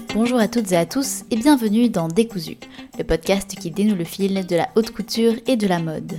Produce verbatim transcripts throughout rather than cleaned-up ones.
Bonjour à toutes et à tous et bienvenue dans Décousu, le podcast qui dénoue le fil de la haute couture et de la mode.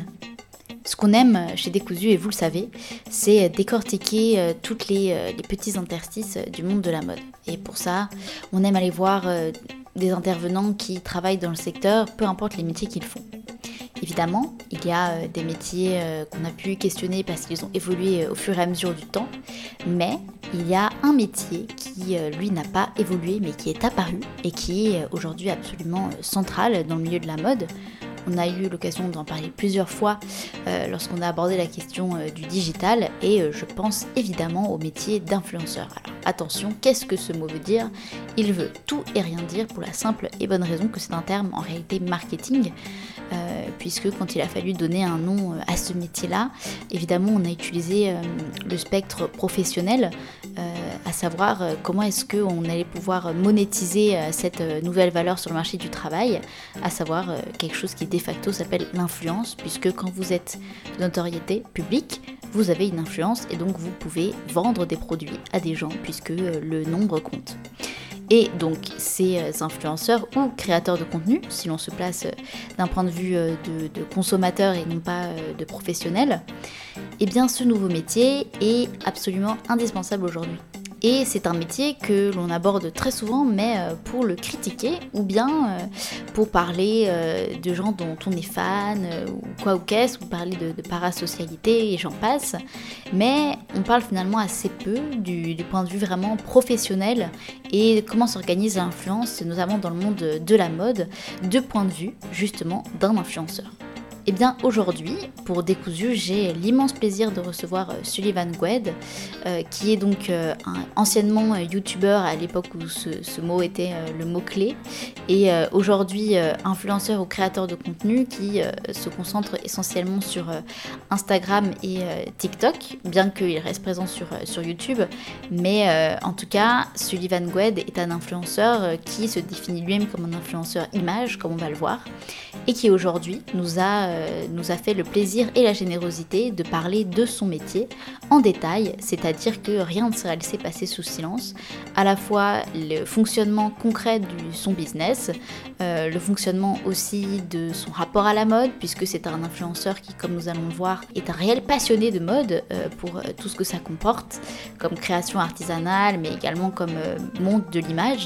Ce qu'on aime chez Décousu, et vous le savez, c'est décortiquer toutes les, les petits interstices du monde de la mode. Et pour ça, on aime aller voir des intervenants qui travaillent dans le secteur, peu importe les métiers qu'ils font. Évidemment, il y a des métiers qu'on a pu questionner parce qu'ils ont évolué au fur et à mesure du temps, mais il y a un métier qui, lui, n'a pas évolué, mais qui est apparu et qui est aujourd'hui absolument central dans le milieu de la mode. On a eu l'occasion d'en parler plusieurs fois euh, lorsqu'on a abordé la question euh, du digital et euh, je pense évidemment au métier d'influenceur. Alors attention, qu'est-ce que ce mot veut dire ? Il veut tout et rien dire pour la simple et bonne raison que c'est un terme en réalité marketing, euh, puisque quand il a fallu donner un nom à ce métier-là, évidemment on a utilisé euh, le spectre professionnel, euh, à savoir euh, comment est-ce qu'on allait pouvoir monétiser euh, cette euh, nouvelle valeur sur le marché du travail, à savoir euh, quelque chose qui de facto s'appelle l'influence, puisque quand vous êtes de notoriété publique, vous avez une influence et donc vous pouvez vendre des produits à des gens puisque le nombre compte. Et donc ces influenceurs ou créateurs de contenu, si l'on se place d'un point de vue de, de consommateur et non pas de professionnel, eh bien ce nouveau métier est absolument indispensable aujourd'hui. Et c'est un métier que l'on aborde très souvent, mais pour le critiquer, ou bien pour parler de gens dont on est fan, ou quoi ou qu'est-ce, ou parler de, de parasocialité, et j'en passe. Mais on parle finalement assez peu du, du point de vue vraiment professionnel, et comment s'organise l'influence, notamment dans le monde de la mode, de point de vue, justement, d'un influenceur. Eh bien aujourd'hui, pour Décousu, j'ai l'immense plaisir de recevoir euh, Sullivan Goued, euh, qui est donc euh, un, anciennement euh, youtubeur à l'époque où ce, ce mot était euh, le mot-clé, et euh, aujourd'hui euh, influenceur ou créateur de contenu qui euh, se concentre essentiellement sur euh, Instagram et euh, TikTok, bien qu'il reste présent sur, euh, sur YouTube, mais euh, en tout cas, Sullivan Goued est un influenceur euh, qui se définit lui-même comme un influenceur image, comme on va le voir, et qui aujourd'hui nous a nous a fait le plaisir et la générosité de parler de son métier en détail, c'est-à-dire que rien ne sera laissé passer sous silence, à la fois le fonctionnement concret de son business, euh, le fonctionnement aussi de son rapport à la mode, puisque c'est un influenceur qui, comme nous allons le voir, est un réel passionné de mode euh, pour euh, tout ce que ça comporte, comme création artisanale, mais également comme euh, monde de l'image.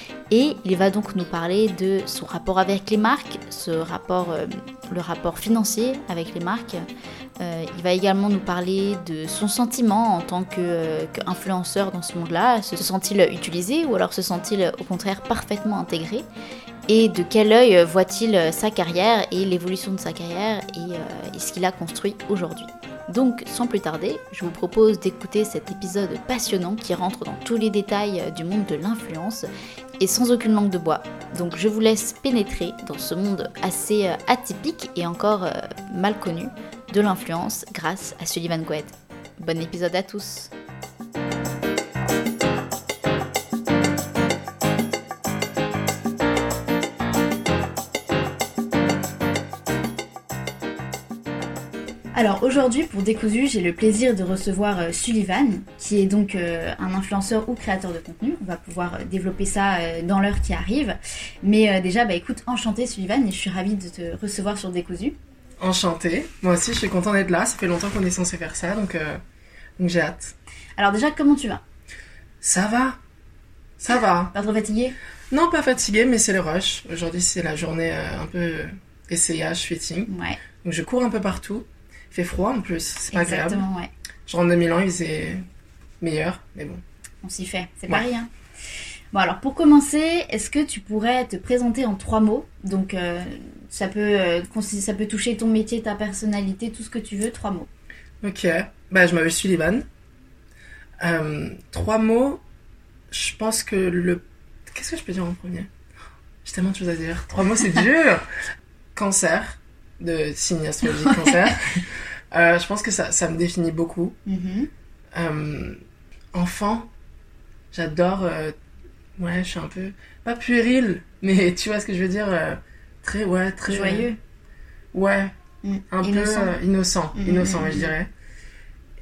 Et il va donc nous parler de son rapport avec les marques, ce rapport, euh, le rapport financier avec les marques. Euh, il va également nous parler de son sentiment en tant que, euh, qu'influenceur dans ce monde-là. Se sent-il utilisé ou alors se sent-il au contraire parfaitement intégré ? Et de quel œil voit-il sa carrière et l'évolution de sa carrière et, euh, et ce qu'il a construit aujourd'hui ? Donc, sans plus tarder, je vous propose d'écouter cet épisode passionnant qui rentre dans tous les détails du monde de l'influence et sans aucune langue de bois. Donc, je vous laisse pénétrer dans ce monde assez atypique et encore mal connu de l'influence grâce à Sullivan Goued. Bon épisode à tous! Alors aujourd'hui pour Décousu, j'ai le plaisir de recevoir euh, Sullivan, qui est donc euh, un influenceur ou créateur de contenu. On va pouvoir euh, développer ça euh, dans l'heure qui arrive. Mais euh, déjà, bah écoute, enchanté Sullivan, et je suis ravie de te recevoir sur Décousu. Enchanté, moi aussi je suis contente d'être là, ça fait longtemps qu'on est censé faire ça, donc, euh, donc j'ai hâte. Alors déjà, comment tu vas ? Ça va, ça va. Pas trop fatigué ? Non, pas fatigué, mais c'est le rush. Aujourd'hui c'est la journée euh, un peu essayage, fitting. Ouais. Donc je cours un peu partout. Il fait froid en plus, c'est pas agréable. Exactement, ouais. Je rentre de Milan, il faisait meilleur, mais bon. On s'y fait, c'est ouais. pas rien. Bon alors pour commencer, est-ce que tu pourrais te présenter en trois mots ? Donc euh, ça, peut, euh, ça peut toucher ton métier, ta personnalité, tout ce que tu veux, trois mots. Ok, bah, je m'appelle Sullivan. Euh, trois mots, je pense que le... Qu'est-ce que je peux dire en premier ? J'ai tellement de choses à dire. Trois mots, c'est dur. Cancer, de signe astrologique cancer. euh, je pense que ça, ça me définit beaucoup. Mm-hmm. Euh, enfant, j'adore... Euh, ouais, je suis un peu... Pas puéril, mais tu vois ce que je veux dire euh, très, ouais, très... Joyeux. Ouais, mm. un innocent. peu euh, innocent. Mm-hmm. Innocent, ouais, je dirais.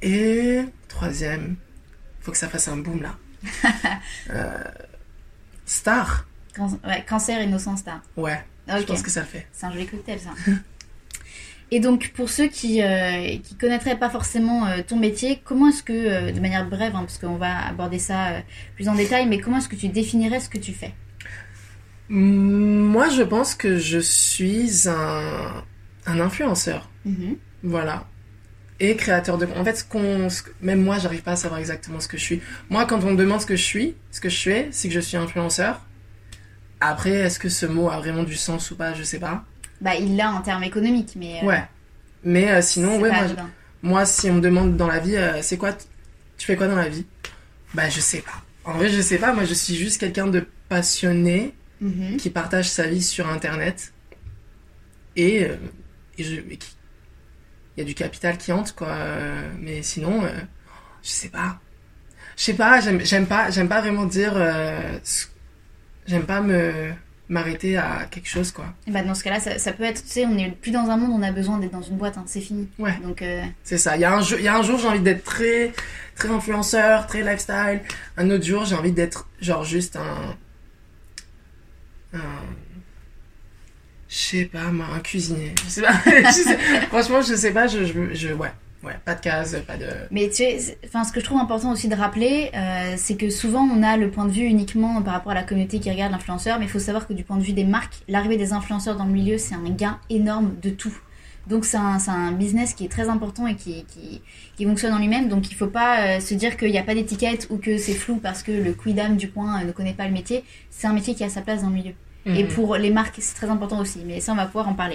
Et troisième, faut que ça fasse un boom, là. euh, Star. Can- ouais, Cancer, innocent, star. Ouais, Ok. je pense que ça le fait. C'est un joli cocktail, ça. Et donc, pour ceux qui euh, qui connaîtraient pas forcément euh, ton métier, comment est-ce que, euh, de manière brève, hein, parce qu'on va aborder ça euh, plus en détail, mais comment est-ce que tu définirais ce que tu fais? Moi, je pense que je suis un, un influenceur. Mhm. Voilà. Et créateur de... En fait, ce qu'on... ce que- même moi, j'arrive pas à savoir exactement ce que je suis. Moi, quand on me demande ce que je suis, ce que je fais, c'est que je suis influenceur. Après, est-ce que ce mot a vraiment du sens ou pas, je sais pas. Bah, il l'a en termes économiques, mais euh, Ouais. Mais euh, sinon, c'est ouais, pas moi, anodin. moi, si on me demande dans la vie, euh, c'est quoi, t- tu fais quoi dans la vie? Bah, je sais pas. En vrai, je sais pas. Moi, je suis juste quelqu'un de passionné Mhm. qui partage sa vie sur Internet. Et, euh, et je... et qui- il y a du capital qui entre, quoi. Euh, Mais sinon, euh, je sais pas. Je sais pas, j'aime j'aime pas, j'aime pas vraiment dire... euh, ce- J'aime pas me m'arrêter à quelque chose, quoi. Et bah, dans ce cas-là, ça, ça peut être, tu sais, on n'est plus dans un monde où on a besoin d'être dans une boîte, hein, c'est fini. Ouais. Donc, euh, C'est ça. Il y a un jour, il y a un jour j'ai envie d'être très, très influenceur, très lifestyle. Un autre jour, j'ai envie d'être genre juste un, un, je sais pas, moi, un cuisinier. Je sais pas. Je sais- franchement, je sais pas. Je, je, je- ouais, ouais, pas de case, pas de. mais tu sais, c'est- enfin, ce que je trouve important aussi de rappeler, euh, c'est que souvent on a le point de vue uniquement par rapport à la communauté qui regarde l'influenceur, mais il faut savoir que du point de vue des marques, l'arrivée des influenceurs dans le milieu, c'est un gain énorme de tout. Donc c'est un, c'est un business qui est très important et qui, qui, qui fonctionne en lui-même. Donc il faut pas euh, se dire qu'il n'y a pas d'étiquette ou que c'est flou parce que le quidam du coin euh, ne connaît pas le métier. C'est un métier qui a sa place dans le milieu. Et Mhm. pour les marques, c'est très important aussi. Mais ça, on va pouvoir en parler.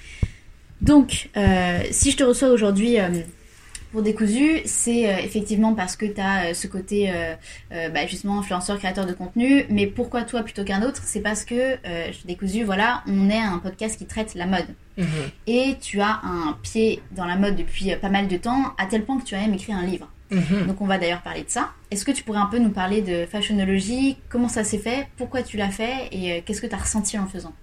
Donc, euh, si je te reçois aujourd'hui euh, pour Décousu, c'est euh, effectivement parce que tu as ce côté, euh, euh, bah, justement, influenceur, créateur de contenu. Mais pourquoi toi plutôt qu'un autre? C'est parce que euh, chez Décousu, voilà, on est un podcast qui traite la mode. Mhm. Et tu as un pied dans la mode depuis euh, pas mal de temps, à tel point que tu as même écrit un livre. Mhm. Donc on va d'ailleurs parler de ça. Est-ce que tu pourrais un peu nous parler de fashionologie? Comment ça s'est fait? Pourquoi tu l'as fait? Et euh, qu'est-ce que tu as ressenti en le faisant?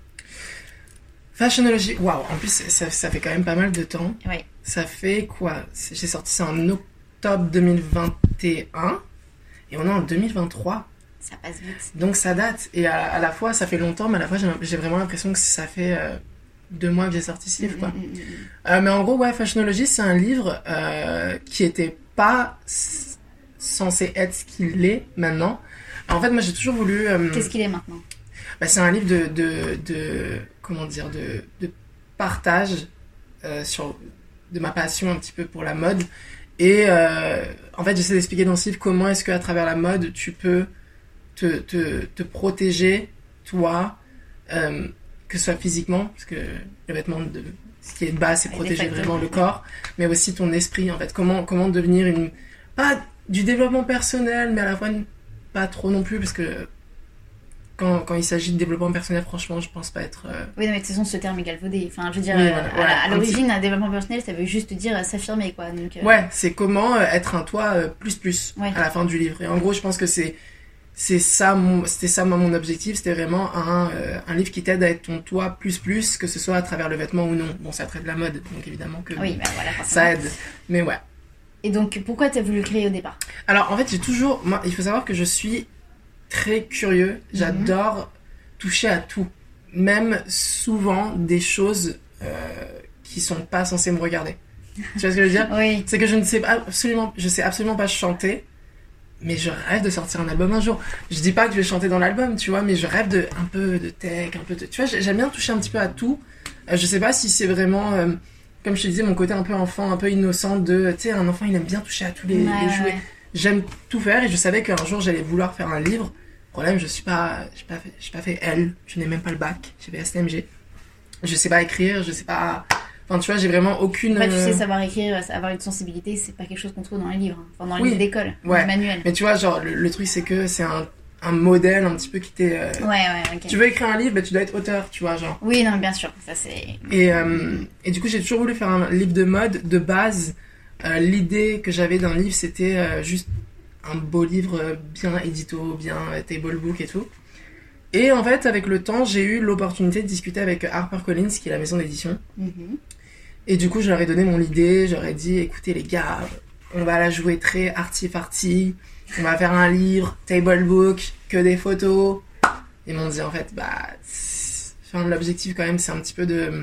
Fashionologie, waouh, en plus ça, ça fait quand même pas mal de temps. Ouais. Ça fait quoi? C'est- J'ai sorti ça en octobre deux mille vingt et un et on est en deux mille vingt-trois. Ça passe vite. Donc ça date et à, à la fois ça fait longtemps, mais à la fois j'ai j'ai vraiment l'impression que ça fait euh, deux mois que j'ai sorti ce livre, quoi. Mm, mm, mm, mm. Euh, mais en gros, ouais, Fashionologie, c'est un livre euh, qui était pas s- censé être ce qu'il est maintenant. En fait, moi j'ai toujours voulu. euh, Qu'est-ce qu'il est maintenant? bah, c'est un livre de, de, de comment dire, de, de partage euh, sur de ma passion un petit peu pour la mode. Et euh, en fait, j'essaie d'expliquer dans ce livre comment est-ce qu'à travers la mode, tu peux te, te, te protéger, toi, euh, que ce soit physiquement, parce que le vêtement, de, ce qui est de base, c'est Ouais, protéger de facto, vraiment le ouais. corps, mais aussi ton esprit, en fait. Comment, comment devenir une... Pas du développement personnel, mais à la fois une- pas trop non plus, parce que quand, quand il s'agit de développement personnel, franchement, je pense pas être... euh, Oui, non, mais de toute façon, ce terme est galvaudé. Enfin, je veux dire, Oui, euh, voilà, à, voilà, à un l'origine, un développement personnel, ça veut juste dire euh, s'affirmer, quoi. Donc, euh, Ouais, c'est comment euh, être un toi euh, plus plus Ouais. à la fin du livre. Et en gros, je pense que c'est c'est ça mon c'était ça moi, mon objectif, c'était vraiment un euh, un livre qui t'aide à être ton toi plus plus, que ce soit à travers le vêtement ou non. Bon, ça traite de la mode, donc évidemment que Oui, bah voilà, forcément. ça aide. Mais ouais. Et donc, pourquoi t'as voulu le créer au départ? Alors en fait, j'ai toujours moi, il faut savoir que je suis très curieux, j'adore toucher à tout, même souvent des choses euh, qui sont pas censées me regarder. Tu vois ce que je veux dire? Oui. C'est que je ne sais pas absolument, je sais absolument pas chanter, mais je rêve de sortir un album un jour. Je dis pas que je vais chanter dans l'album, tu vois, mais je rêve de un peu de tech, un peu de, tu vois, j'aime bien toucher un petit peu à tout. Euh, je sais pas si c'est vraiment, euh, comme je te disais, mon côté un peu enfant, un peu innocent de, tu sais, un enfant il aime bien toucher à tous les, Ouais, les ouais, jouets. ouais. J'aime tout faire et je savais qu'un jour j'allais vouloir faire un livre. Problème, je suis pas, j'ai pas fait, j'ai pas fait L, je n'ai même pas le bac, j'ai fait S T M G. Je sais pas écrire, je sais pas. Enfin, tu vois, j'ai vraiment aucune. Après, tu sais, euh, savoir écrire, avoir une sensibilité, c'est pas quelque chose qu'on trouve dans les livres. hein. Enfin, dans les Oui. livres d'école, dans Ouais. les manuels. Mais tu vois, genre, le, le truc, c'est que c'est un, un modèle un petit peu qui t'est. euh, Ouais, ouais, ok. Tu veux écrire un livre, bah, tu dois être auteur, tu vois, genre. Oui, non, mais bien sûr, ça c'est... Et, euh, et du coup, j'ai toujours voulu faire un livre de mode. De base, euh, l'idée que j'avais d'un livre, c'était euh, juste un beau livre euh, bien édito, bien euh, table book et tout. Et en fait, avec le temps, j'ai eu l'opportunité de discuter avec HarperCollins, qui est la maison d'édition. Mhm. Et du coup, je leur ai donné mon idée, je leur ai dit, écoutez les gars, on va la jouer très arty-farty, on va faire un livre, table book, que des photos, ils m'ont dit en fait, bah, enfin, l'objectif quand même, c'est un petit peu de,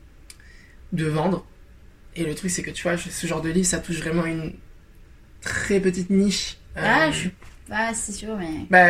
de vendre. Et le truc, c'est que tu vois, ce genre de livre, ça touche vraiment une très petite niche. Ah, euh, je suis pas si sûre, mais. Bah,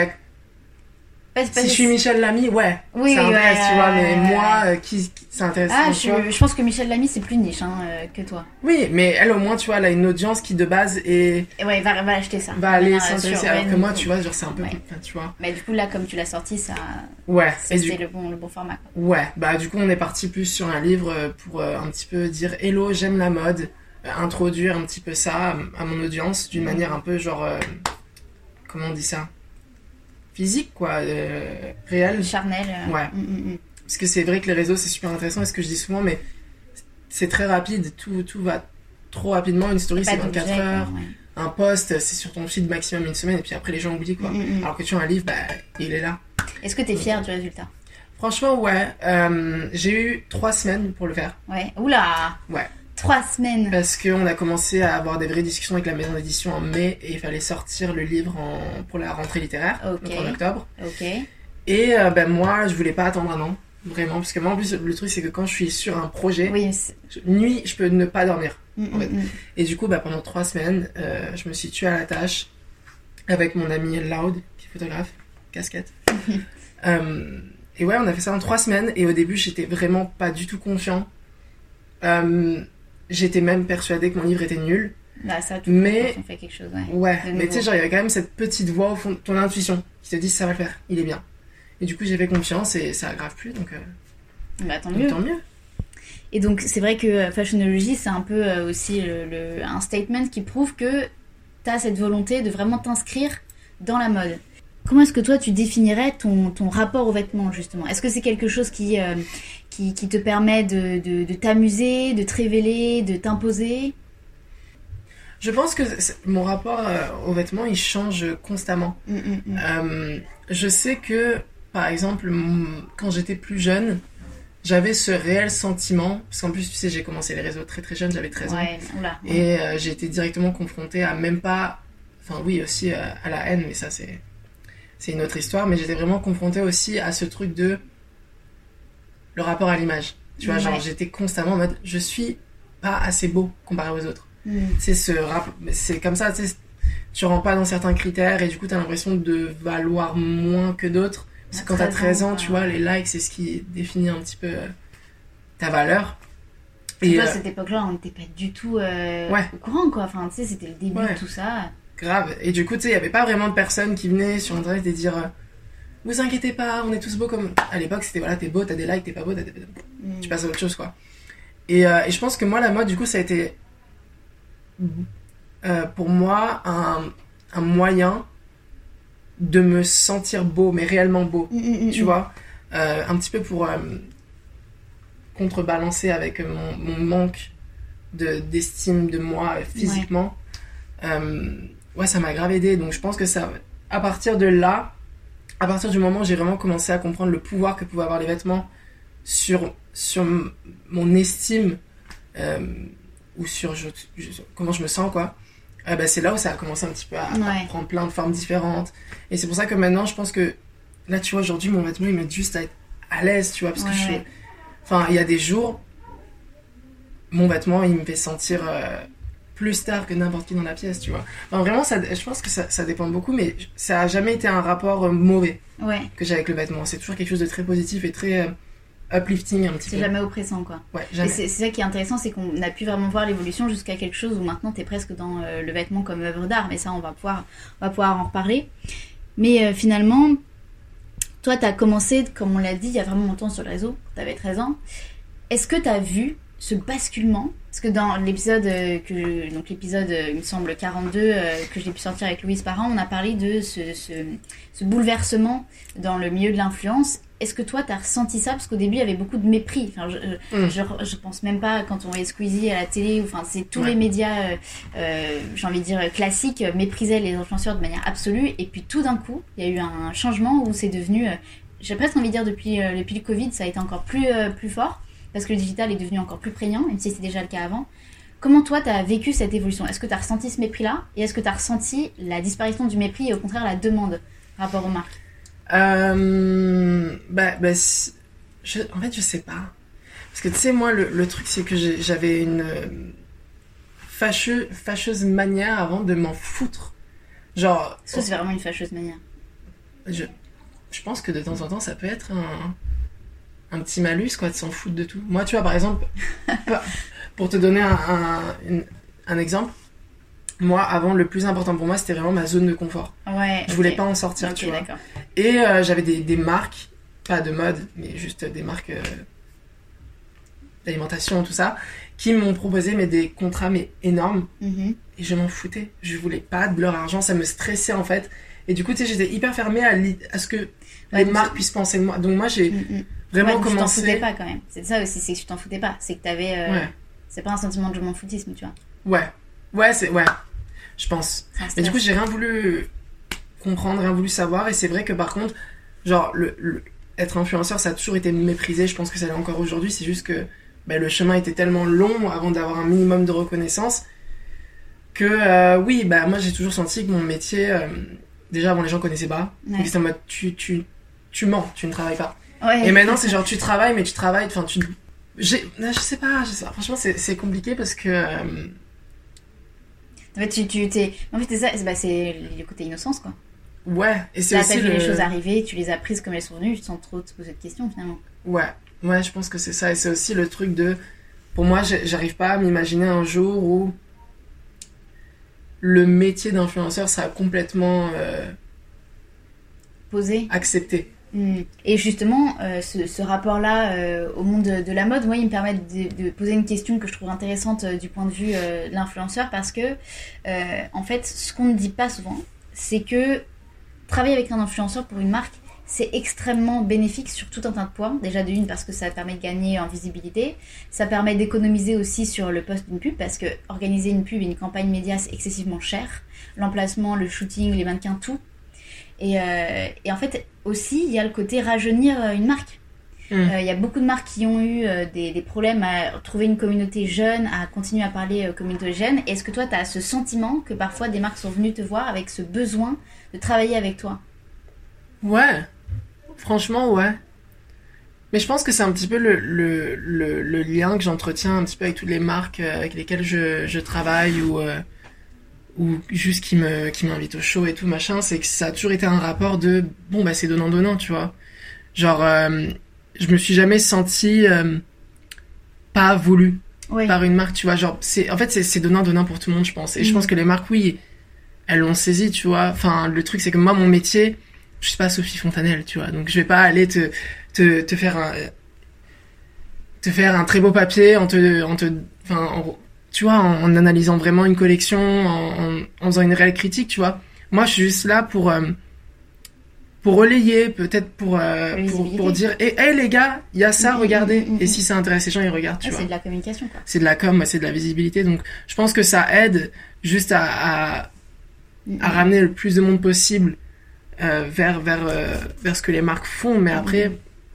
Pas- pas- si je suis Michel Lamy, ouais, Oui, ça oui, intéresse, ouais, tu vois, ouais, mais ouais, moi, ouais. euh, qui, qui ça intéresse, Ah, tu vois. je, je pense que Michel Lamy, c'est plus niche hein, euh, que toi. Oui, mais elle, au moins, tu vois, elle a une audience qui, de base, est... Et ouais, va, va acheter ça. va aller Manière, euh, s'intéresser, sur- alors ouais, que moi, donc, tu vois, genre, c'est un peu... ouais. Enfin, tu vois. Mais du coup, là, comme tu l'as sorti, ça, Ouais, ça et du c'était le bon, le bon format. Quoi. Ouais, bah du coup on est parti plus sur un livre euh, pour euh, un petit peu dire hello, j'aime la mode, euh, introduire un petit peu ça à, à mon audience d'une Mhm. manière un peu genre, euh, comment on dit ça, physique quoi, euh, réelle. Charnel. euh, Ouais. mm, mm, mm. Parce que c'est vrai que les réseaux c'est super intéressant, et ce que je dis souvent, mais c'est très rapide, tout, tout va trop rapidement, une story Pas c'est vingt-quatre d'objet, heures, quoi, ouais. un post c'est sur ton feed maximum une semaine, et puis après les gens oublient quoi. Mm, mm, mm. Alors que tu as un livre, bah il est là. Est-ce que t'es fière du résultat? Franchement ouais, euh, j'ai eu trois semaines pour le faire. Ouais. Oula. Ouais. Trois semaines. Parce qu'on a commencé à avoir des vraies discussions avec la maison d'édition en mai, et il fallait sortir le livre en, pour la rentrée littéraire, Ok. donc en octobre. Ok. Et euh, ben moi, je voulais pas attendre un an, vraiment, parce que moi en plus, le truc c'est que quand je suis sur un projet, Oui. c'est- je- nuit, je peux ne pas dormir. Mm, En fait. mm, mm. Et du coup, bah, pendant trois semaines, euh, je me suis tuée à la tâche avec mon ami Loud, qui est photographe, casquette. Euh, et ouais, on a fait ça en trois semaines, et au début, j'étais vraiment pas du tout confiant. Euh, J'étais même persuadée que mon livre était nul. Bah, ça, tout Mais- quand on fait quelque chose, ouais. Ouais, De mais nouveau. tu sais, genre, il y avait quand même cette petite voix au fond de ton intuition qui te dit ça va le faire, il est bien. Et du coup, j'ai fait confiance et ça aggrave plus, donc, euh, Bah, tant donc mieux. tant mieux. Et donc, c'est vrai que euh, Fashionology, c'est un peu euh, aussi le, le- un statement qui prouve que tu as cette volonté de vraiment t'inscrire dans la mode. Comment est-ce que toi, tu définirais ton, ton rapport aux vêtements, justement? Est-ce que c'est quelque chose qui, euh, qui, qui te permet de, de, de t'amuser, de te révéler, de t'imposer? Je pense que c'est- mon rapport euh, aux vêtements, il change constamment. Mm, mm, mm. Euh, je sais que, par exemple, m- quand j'étais plus jeune, j'avais ce réel sentiment, parce qu'en plus, tu sais, j'ai commencé les réseaux très très jeune, j'avais treize ans. Ouais, oula. ouais. Et euh, j'ai été directement confrontée à même pas... Enfin oui, aussi euh, à la haine, mais ça c'est c'est une autre histoire. Mais j'étais vraiment confrontée aussi à ce truc de... le rapport à l'image. Tu vois, Ouais. genre j'étais constamment en mode, je suis pas assez beau comparé aux autres. Mm. C'est ce rap... c'est comme ça, tu sais, tu rentres pas dans certains critères et du coup t'as l'impression de valoir moins que d'autres. Parce que quand t'as treize ans, tu vois, les likes, c'est ce qui définit un petit peu euh, ta valeur. Et Et toi, à euh, cette époque-là, on n'était pas du tout euh, Ouais. au courant, quoi. Enfin, tu sais, c'était le début Ouais. de tout ça. grave. Et du coup, tu sais, il y avait pas vraiment de personnes qui venaient sur internet et dire euh, vous inquiétez pas, on est tous beaux comme. À l'époque, c'était voilà, t'es beau, t'as des likes, t'es pas beau, t'as des... Mm. tu passes à autre chose, quoi. Et, euh, et je pense que moi, la mode, du coup, ça a été euh, pour moi un, un moyen de me sentir beau, mais réellement beau, Mm, mm, mm, tu mm. vois. Euh, un petit peu pour euh, contrebalancer avec mon, mon manque de, d'estime de moi euh, physiquement. Ouais. Euh, ouais, ça m'a grave aidé. Donc je pense que ça, à partir de là, à partir du moment où j'ai vraiment commencé à comprendre le pouvoir que pouvaient avoir les vêtements sur, sur m- mon estime euh, ou sur je, je, comment je me sens, quoi. Euh, bah, c'est là où ça a commencé un petit peu à, Ouais. à prendre plein de formes différentes. Et c'est pour ça que maintenant, je pense que là, tu vois, aujourd'hui, mon vêtement, il m'aide juste à être à l'aise, tu vois, parce Ouais, que je suis... ouais. Enfin, il y a des jours, mon vêtement, il me fait sentir euh, plus star que n'importe qui dans la pièce, tu vois. Enfin, vraiment, ça, je pense que ça, ça dépend beaucoup, mais ça a jamais été un rapport euh, mauvais Ouais, que j'ai avec le vêtement. C'est toujours quelque chose de très positif et très euh, uplifting, un petit c'est peu. jamais oppressant, quoi. Ouais, Et jamais. c'est c'est ça qui est intéressant, c'est qu'on a pu vraiment voir l'évolution jusqu'à quelque chose où maintenant t'es presque dans euh, le vêtement comme œuvre d'art, mais ça on va pouvoir, on va pouvoir en reparler. Mais euh, finalement, toi t'as commencé, comme on l'a dit, il y a vraiment longtemps sur le réseau, t'avais treize ans. Est-ce que t'as vu ce basculement? Parce que dans l'épisode, euh, que, donc l'épisode, euh, il me semble, quarante-deux, euh, que j'ai pu sortir avec Louise Parent, on a parlé de ce, ce, ce bouleversement dans le milieu de l'influence. Est-ce que toi, t'as ressenti ça? Parce qu'au début, il y avait beaucoup de mépris. Enfin, je, je, Mm. je, je pense même pas quand on voyait Squeezie à la télé, ou enfin, c'est tous Ouais. les médias, euh, euh, j'ai envie de dire classiques, euh, méprisaient les influenceurs de manière absolue. Et puis tout d'un coup, il y a eu un changement où c'est devenu, euh, j'ai presque envie de dire depuis, euh, depuis le Covid, ça a été encore plus, euh, plus fort, parce que le digital est devenu encore plus prégnant, même si c'était déjà le cas avant. Comment toi, t'as vécu cette évolution? Est-ce que t'as ressenti ce mépris-là? Et est-ce que t'as ressenti la disparition du mépris et au contraire la demande par rapport aux marques? Euh, bah, bah, si- je, en fait, je sais pas. Parce que tu sais, moi, le, le truc, c'est que j'ai- j'avais une euh, fâcheux, fâcheuse manière avant de m'en foutre. Genre, Ça, c'est vraiment une fâcheuse manière. je, je pense que de temps en temps, ça peut être un, un petit malus, quoi, de s'en foutre de tout. Moi, tu vois, par exemple, pas- pour te donner un, un, une- un exemple, moi, avant, le plus important pour moi, c'était vraiment ma zone de confort. Ouais. Je ok. voulais pas en sortir, Ok, tu vois. d'accord. Et euh, j'avais des, des marques, pas de mode, mais juste des marques euh, d'alimentation, tout ça, qui m'ont proposé mais, des contrats mais, énormes. Mhm. Et je m'en foutais. Je voulais pas de leur argent, ça me stressait en fait. Et du coup, tu sais, j'étais hyper fermée à, l'i- à ce que Ouais, les donc marques c'est- puissent penser de moi. Donc moi, j'ai Mm, mm. vraiment Ouais, donc tu t'en commencé... foutais pas quand même. C'est ça aussi, c'est que tu t'en foutais pas. C'est que t'avais. euh, Ouais, C'est pas un sentiment de je m'en foutisme, tu vois. ouais, ouais, c'est... Ouais, je pense. C'est un Mais du coup, stress. j'ai rien voulu comprendre, rien voulu savoir. Et c'est vrai que par contre, genre, le, le- être influenceur, ça a toujours été méprisé. Je pense que ça l'est encore aujourd'hui. C'est juste que bah, le chemin était tellement long avant d'avoir un minimum de reconnaissance que, euh, oui, bah, moi, j'ai toujours senti que mon métier, euh, déjà, avant, les gens connaissaient pas. Ouais. Ils étaient en mode, tu, tu, tu mens, tu ne travailles pas. Ouais. Et maintenant, c'est genre, tu travailles, mais tu travailles, enfin, tu... J'ai... Je sais pas, je sais pas. Franchement, c'est, c'est compliqué parce que... euh, En fait, tu, tu t'es. En fait, c'est ça, c'est, bah, c'est le côté innocence, quoi. Ouais, et c'est Là, aussi t'as vu le... les choses arriver, tu les as prises comme elles sont venues, sans trop te poser de questions, finalement. Ouais, ouais, je pense que c'est ça. Et c'est aussi le truc de... Pour moi, j'ai- j'arrive pas à m'imaginer un jour où le métier d'influenceur sera complètement euh, Poser. accepté. Mm. Et justement, euh, ce, ce rapport-là euh, au monde de, de la mode, moi, il me permet de, de poser une question que je trouve intéressante euh, du point de vue euh, de l'influenceur parce que, euh, en fait, ce qu'on ne dit pas souvent, c'est que travailler avec un influenceur pour une marque, c'est extrêmement bénéfique sur tout un tas de points. Déjà de une, parce que ça permet de gagner en visibilité. Ça permet d'économiser aussi sur le poste d'une pub parce que organiser une pub et une campagne média, c'est excessivement cher. L'emplacement, le shooting, les mannequins, tout. Et, euh, et en fait, aussi, il y a le côté rajeunir euh, une marque. Il Mm. euh, y a beaucoup de marques qui ont eu euh, des, des problèmes à trouver une communauté jeune, à continuer à parler euh, communauté jeune. Est-ce que toi, tu as ce sentiment que parfois des marques sont venues te voir avec ce besoin de travailler avec toi? Ouais, franchement, ouais. Mais je pense que c'est un petit peu le, le, le, le lien que j'entretiens un petit peu avec toutes les marques euh, avec lesquelles je, je travaille ou, euh, ou juste qui me, qui m'invitent au show et tout, machin. C'est que ça a toujours été un rapport de, bon, bah c'est donnant-donnant, tu vois. Genre, euh, je me suis jamais sentie euh, pas voulue Oui. par une marque, tu vois. Genre, c'est, en fait, c'est, c'est donnant-donnant pour tout le monde, je pense. Et je Mhm. pense que les marques, oui, elles l'ont saisi, tu vois. Enfin, le truc, c'est que moi, mon métier, je suis pas Sophie Fontanelle, tu vois. Donc, je vais pas aller te, te, te faire un, te faire un très beau papier en te, en te, enfin, en- tu vois, en, en analysant vraiment une collection, en, en, en faisant une réelle critique, tu vois. Moi, je suis juste là pour, euh, pour relayer, peut-être pour, euh, La pour, visibilité. pour dire, hé, hey, les gars, il y a ça, Mhm, regardez. mhm, mhm. Et si ça intéresse les gens, ils regardent, tu Ouais, vois. c'est de la communication, quoi. C'est de la com, c'est de la visibilité. Donc, je pense que ça aide juste à, à, Mhm. à ramener le plus de monde possible euh, vers, vers, euh, vers ce que les marques font. Mais après,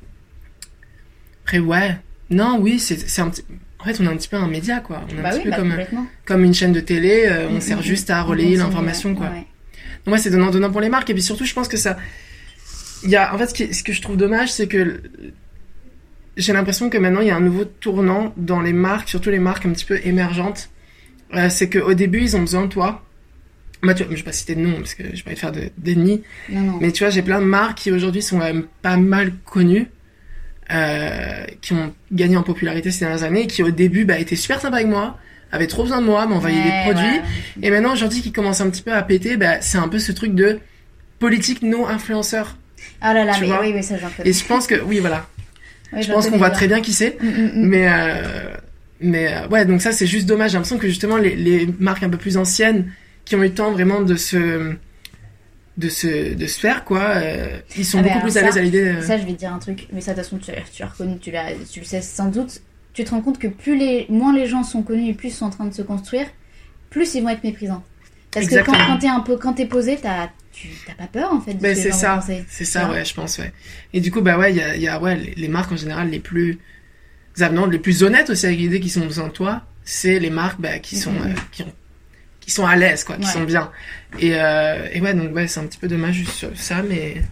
après ouais. Non, oui, c'est, c'est un petit... En fait, on est un petit peu un média, quoi. On est un Bah petit oui, peu bah, comme, complètement. comme une chaîne de télé. euh, on Mhm, sert mhm. juste à On relayer continue, l'information, ouais, quoi. ouais. Donc, ouais, c'est donnant-donnant pour les marques. Et puis surtout, je pense que ça... Il y a... En fait, ce, qui... ce que je trouve dommage, c'est que j'ai l'impression que maintenant, il y a un nouveau tournant dans les marques, surtout les marques un petit peu émergentes. Euh, c'est qu'au début, ils ont besoin de toi. Moi, tu vois, je vais pas citer de nom, parce que je vais pas te faire de- d'ennemis. Non, non. Mais tu vois, j'ai plein de marques qui aujourd'hui sont quand même pas mal connues, euh, qui ont gagné en popularité ces dernières années, et qui au début bah, étaient super sympas avec moi, avaient trop besoin de moi, m'envoyaient Ouais, des produits. ouais. Et maintenant, aujourd'hui, qui commence un petit peu à péter, bah, c'est un peu ce truc de politique no influenceur. Ah là là, Tu mais vois. oui, oui, ça j'en connais. Et je pense que, oui, voilà. Ouais, Je j'en pense qu'on connais voit bien. très bien qui c'est. Mm, mm, mm. Mais, euh, mais euh, ouais, donc ça, c'est juste dommage. J'ai l'impression que justement, les, les marques un peu plus anciennes, qui ont eu le temps vraiment de se, de se, de se faire, quoi, euh, ils sont Ah, mais beaucoup alors plus à ça- l'aise à l'idée. euh, Ça, je vais te dire un truc, mais ça, de toute façon, tu, tu as reconnu, tu, l'as, tu le sais sans doute. Tu te rends compte que plus les, moins les gens sont connus et plus ils sont en train de se construire, plus ils vont être méprisants. Parce que Exactement. quand, quand t'es un peu, quand t'es posé, t'as, tu, t'as pas peur en fait de Ben, ce que c'est les gens ça, vont penser. c'est Tu ça, vois. ouais, je pense, ouais. Et du coup, bah ouais, il y a, il y a ouais, les, les marques en général les plus avenantes, les plus honnêtes aussi avec l'idée qu'ils ont besoin de toi, c'est les marques bah, qui sont, Mhm. euh, qui ont, qui sont à l'aise, quoi, qui Ouais. sont bien. Et, euh, et ouais, donc ouais, c'est un petit peu dommage juste sur ça, mais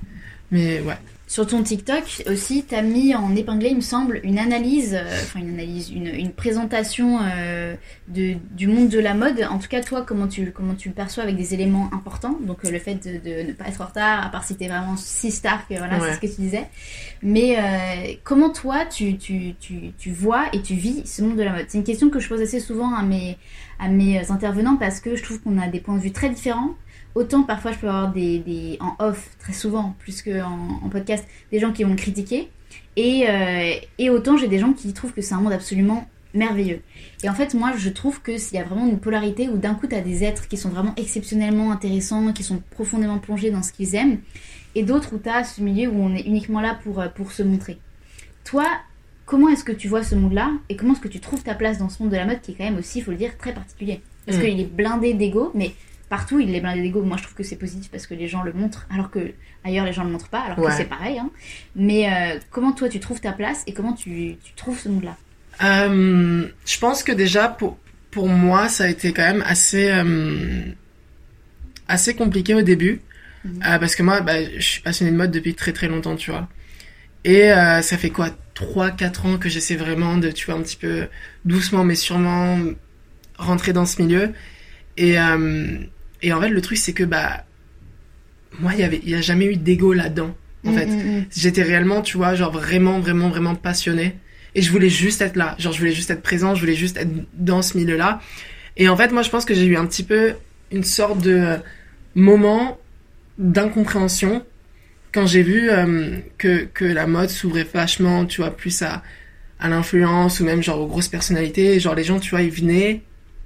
Mais ouais. Sur ton TikTok aussi, t'as mis en épinglé, il me semble, une analyse, euh, enfin une analyse, une, une présentation euh, de, du monde de la mode. En tout cas, toi, comment tu, comment tu le perçois avec des éléments importants. Donc euh, le fait de, de ne pas être en retard, à part si t'es vraiment si star que voilà, ouais. C'est ce que tu disais. Mais euh, comment toi, tu, tu, tu, tu vois et tu vis ce monde de la mode? C'est une question que je pose assez souvent à mes, à mes intervenants parce que je trouve qu'on a des points de vue très différents. Autant parfois je peux avoir des, des en off, très souvent, plus qu'en en podcast, des gens qui vont me critiquer. Et, euh, et autant j'ai des gens qui trouvent que c'est un monde absolument merveilleux. Et en fait, moi, je trouve qu'il y a vraiment une polarité où d'un coup, tu as des êtres qui sont vraiment exceptionnellement intéressants, qui sont profondément plongés dans ce qu'ils aiment, et d'autres où tu as ce milieu où on est uniquement là pour, pour se montrer. Toi, comment est-ce que tu vois ce monde-là, et comment est-ce que tu trouves ta place dans ce monde de la mode qui est quand même aussi, il faut le dire, très particulier. Parce mmh. qu'il est blindé d'ego, mais... Partout, il est blindé d'ego. Moi, je trouve que c'est positif parce que les gens le montrent, alors que ailleurs, les gens le montrent pas, alors ouais. que c'est pareil. Hein. Mais euh, comment toi, tu trouves ta place et comment tu, tu trouves ce monde-là? euh, Je pense que déjà, pour, pour moi, ça a été quand même assez, euh, assez compliqué au début. Mmh. Euh, parce que moi, bah, je suis passionnée de mode depuis très très longtemps, tu vois. Et euh, ça fait quoi, trois quatre ans que j'essaie vraiment de, tu vois, un petit peu doucement mais sûrement rentrer dans ce milieu. Et... Euh, Et en fait, le truc, c'est que, bah, moi, il y avait, il y a jamais eu d'ego là-dedans, en mmh, fait. Mmh. J'étais réellement, tu vois, genre vraiment, vraiment, vraiment passionnée. Et je voulais juste être là. Genre, je voulais juste être présente, je voulais juste être dans ce milieu-là. Et en fait, moi, je pense que j'ai eu un petit peu une sorte de euh, moment d'incompréhension quand j'ai vu euh, que, que la mode s'ouvrait vachement, tu vois, plus à, à l'influence ou même, genre, aux grosses personnalités. Genre, les gens, tu vois, ils venaient...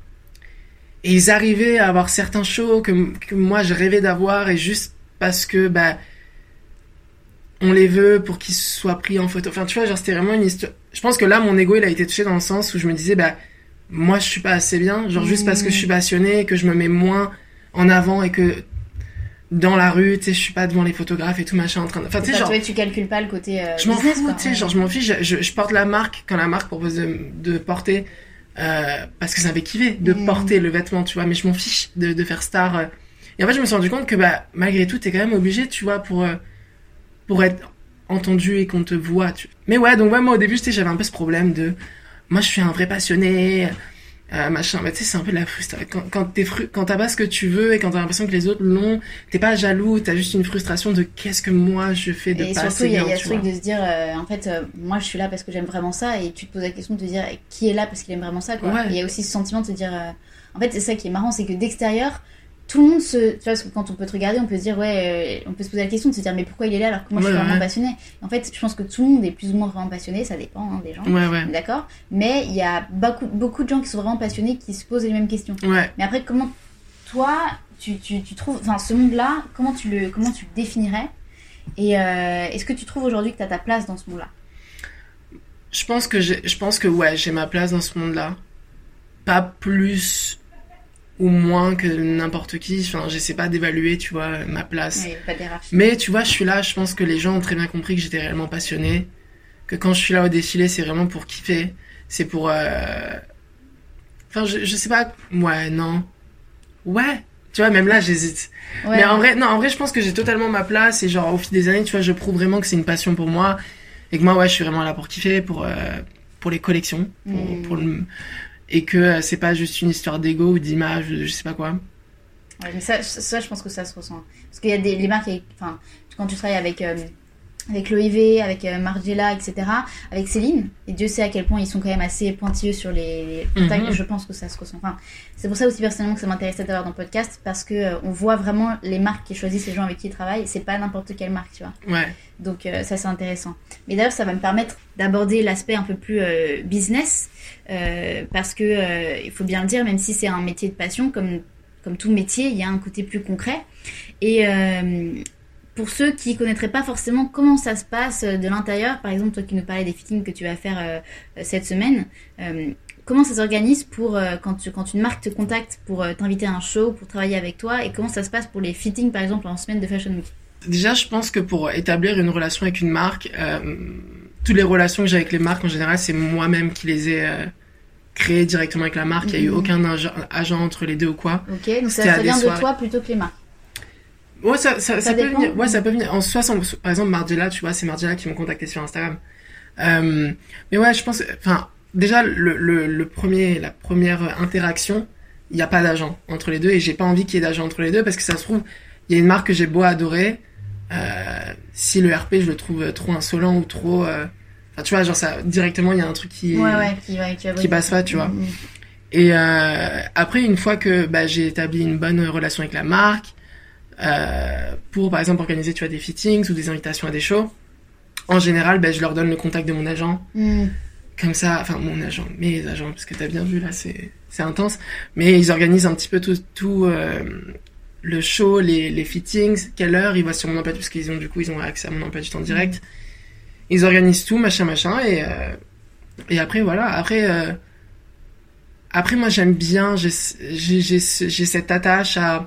Et ils arrivaient à avoir certains shows que, que moi je rêvais d'avoir et juste parce que bah on les veut pour qu'ils soient pris en photo. Enfin tu vois, genre c'était vraiment une histoire. Je pense que là mon ego il a été touché dans le sens où je me disais bah moi je suis pas assez bien, genre mmh. juste parce que je suis passionnée, que je me mets moins en avant et que dans la rue, tu sais, je suis pas devant les photographes et tout machin en train de... Enfin tu sais genre tu, tu calcules pas le côté euh, je m'en business, fous, tu sais, genre je m'en fiche, je, je, je porte la marque quand la marque propose de, de porter Euh, parce que ça m'avait kiffé de mmh. porter le vêtement, tu vois, mais je m'en fiche de, de faire star. Euh. Et en fait, je me suis rendu compte que, bah, malgré tout, t'es quand même obligé, tu vois, pour, euh, pour être entendu et qu'on te voit. Tu... Mais ouais, donc ouais, moi, au début, tu sais, j'avais un peu ce problème de, moi, je suis un vrai passionné, euh, machin. Bah, tu sais, c'est un peu de la frustration. Quand, quand, t'es fru... quand t'as pas ce que tu veux et quand t'as l'impression que les autres l'ont, t'es pas jaloux, t'as juste une frustration de qu'est-ce que moi je fais de et pas assez bien. Et surtout, il y a, y a ce truc de se dire, euh, en fait, euh, moi je suis là parce que j'aime vraiment ça, et tu te poses la question de te dire qui est là parce qu'il aime vraiment ça, quoi. Ouais. Il y a aussi ce sentiment de te dire, euh... en fait, c'est ça qui est marrant, c'est que d'extérieur, tout le monde se. Tu vois, parce que quand on peut te regarder, on peut se dire, ouais, euh, on peut se poser la question de se dire, mais pourquoi il est là alors que moi ouais, je suis ouais. vraiment passionnée. En fait, je pense que tout le monde est plus ou moins vraiment passionné, ça dépend hein, des gens, ouais, ouais. d'accord. Mais il y a beaucoup, beaucoup de gens qui sont vraiment passionnés qui se posent les mêmes questions. Ouais. Mais après, comment toi, tu, tu, tu trouves. Enfin, ce monde-là, comment tu le, comment tu le définirais? Et euh, est-ce que tu trouves aujourd'hui que tu as ta place dans ce monde-là? Je pense que j'ai, je pense que ouais, j'ai ma place dans ce monde-là. Pas plus ou moins que n'importe qui. Enfin, j'essaie pas d'évaluer, tu vois, ma place. Ouais, pas d'hierarchie. Mais tu vois, je suis là, je pense que les gens ont très bien compris que j'étais réellement passionnée. Que quand je suis là au défilé, c'est vraiment pour kiffer. C'est pour... Euh... Enfin, je, je sais pas... Ouais, non. Ouais. Tu vois, même là, j'hésite. Ouais. Mais en vrai, non, en vrai, je pense que j'ai totalement ma place. Et genre, au fil des années, tu vois, je prouve vraiment que c'est une passion pour moi. Et que moi, ouais, je suis vraiment là pour kiffer, pour, euh, pour les collections. Pour, mmh. pour le... Et que euh, c'est pas juste une histoire d'ego ou d'image, je sais pas quoi. Ouais, mais ça, ça, je pense que ça se ressent. Parce qu'il y a des les marques, enfin, quand tu travailles avec... Euh... avec l'O I V, avec euh, Margiela, et cetera, avec Céline, et Dieu sait à quel point ils sont quand même assez pointilleux sur les contacts, mm-hmm. je pense que ça se ressent. Enfin, c'est pour ça aussi personnellement que ça m'intéressait d'avoir dans le podcast, parce que euh, on voit vraiment les marques qui choisissent les gens avec qui ils travaillent, c'est pas n'importe quelle marque, tu vois. Ouais. Donc euh, ça c'est intéressant. Mais d'ailleurs ça va me permettre d'aborder l'aspect un peu plus euh, business, euh, parce que euh, il faut bien le dire, même si c'est un métier de passion, comme, comme tout métier, il y a un côté plus concret. Et... Euh, pour ceux qui ne connaîtraient pas forcément comment ça se passe de l'intérieur, par exemple, toi qui nous parlais des fittings que tu vas faire euh, cette semaine, euh, comment ça s'organise pour euh, quand, tu, quand une marque te contacte pour euh, t'inviter à un show, pour travailler avec toi, et comment ça se passe pour les fittings, par exemple, en semaine de Fashion Week? Déjà, je pense que pour établir une relation avec une marque, euh, toutes les relations que j'ai avec les marques, en général, c'est moi-même qui les ai... Euh... créées directement avec la marque, il mmh. n'y a eu aucun agent, agent entre les deux ou quoi. Ok, donc ça, ça vient de toi plutôt que les marques. Ouais, ça, ça, ça, Ça peut dépend. venir. Ouais, ça peut venir. En soi, sans- par exemple, Margiela, tu vois, c'est Margiela qui m'ont contacté sur Instagram. Euh, mais ouais, je pense, enfin, déjà, le, le, le premier, la première interaction, il n'y a pas d'agent entre les deux et j'ai pas envie qu'il y ait d'agent entre les deux parce que ça se trouve, il y a une marque que j'ai beau adorer, euh, si le R P, je le trouve trop insolent ou trop, euh, enfin, tu vois, genre ça, directement, il y a un truc qui, Ouais, ouais, qui, va, qui, va qui passe pas, tu vois. Mmh. Et euh, après, une fois que bah, j'ai établi une bonne relation avec la marque, euh, pour par exemple organiser tu vois, des fittings ou des invitations à des shows, en général, bah, je leur donne le contact de mon agent. Mmh. Comme ça, enfin mon agent, mes agents, parce que t'as bien vu là, c'est, c'est intense. Mais ils organisent un petit peu tout, tout euh, le show, les, les fittings, quelle heure, ils voient sur mon emploi du temps, parce qu'ils ont du coup, ils ont accès à mon emploi du temps direct. Mmh. Ils organisent tout, machin, machin, et, euh, et après, voilà, après... Euh, Après, moi, j'aime bien, j'ai, j'ai, j'ai, j'ai cette attache à,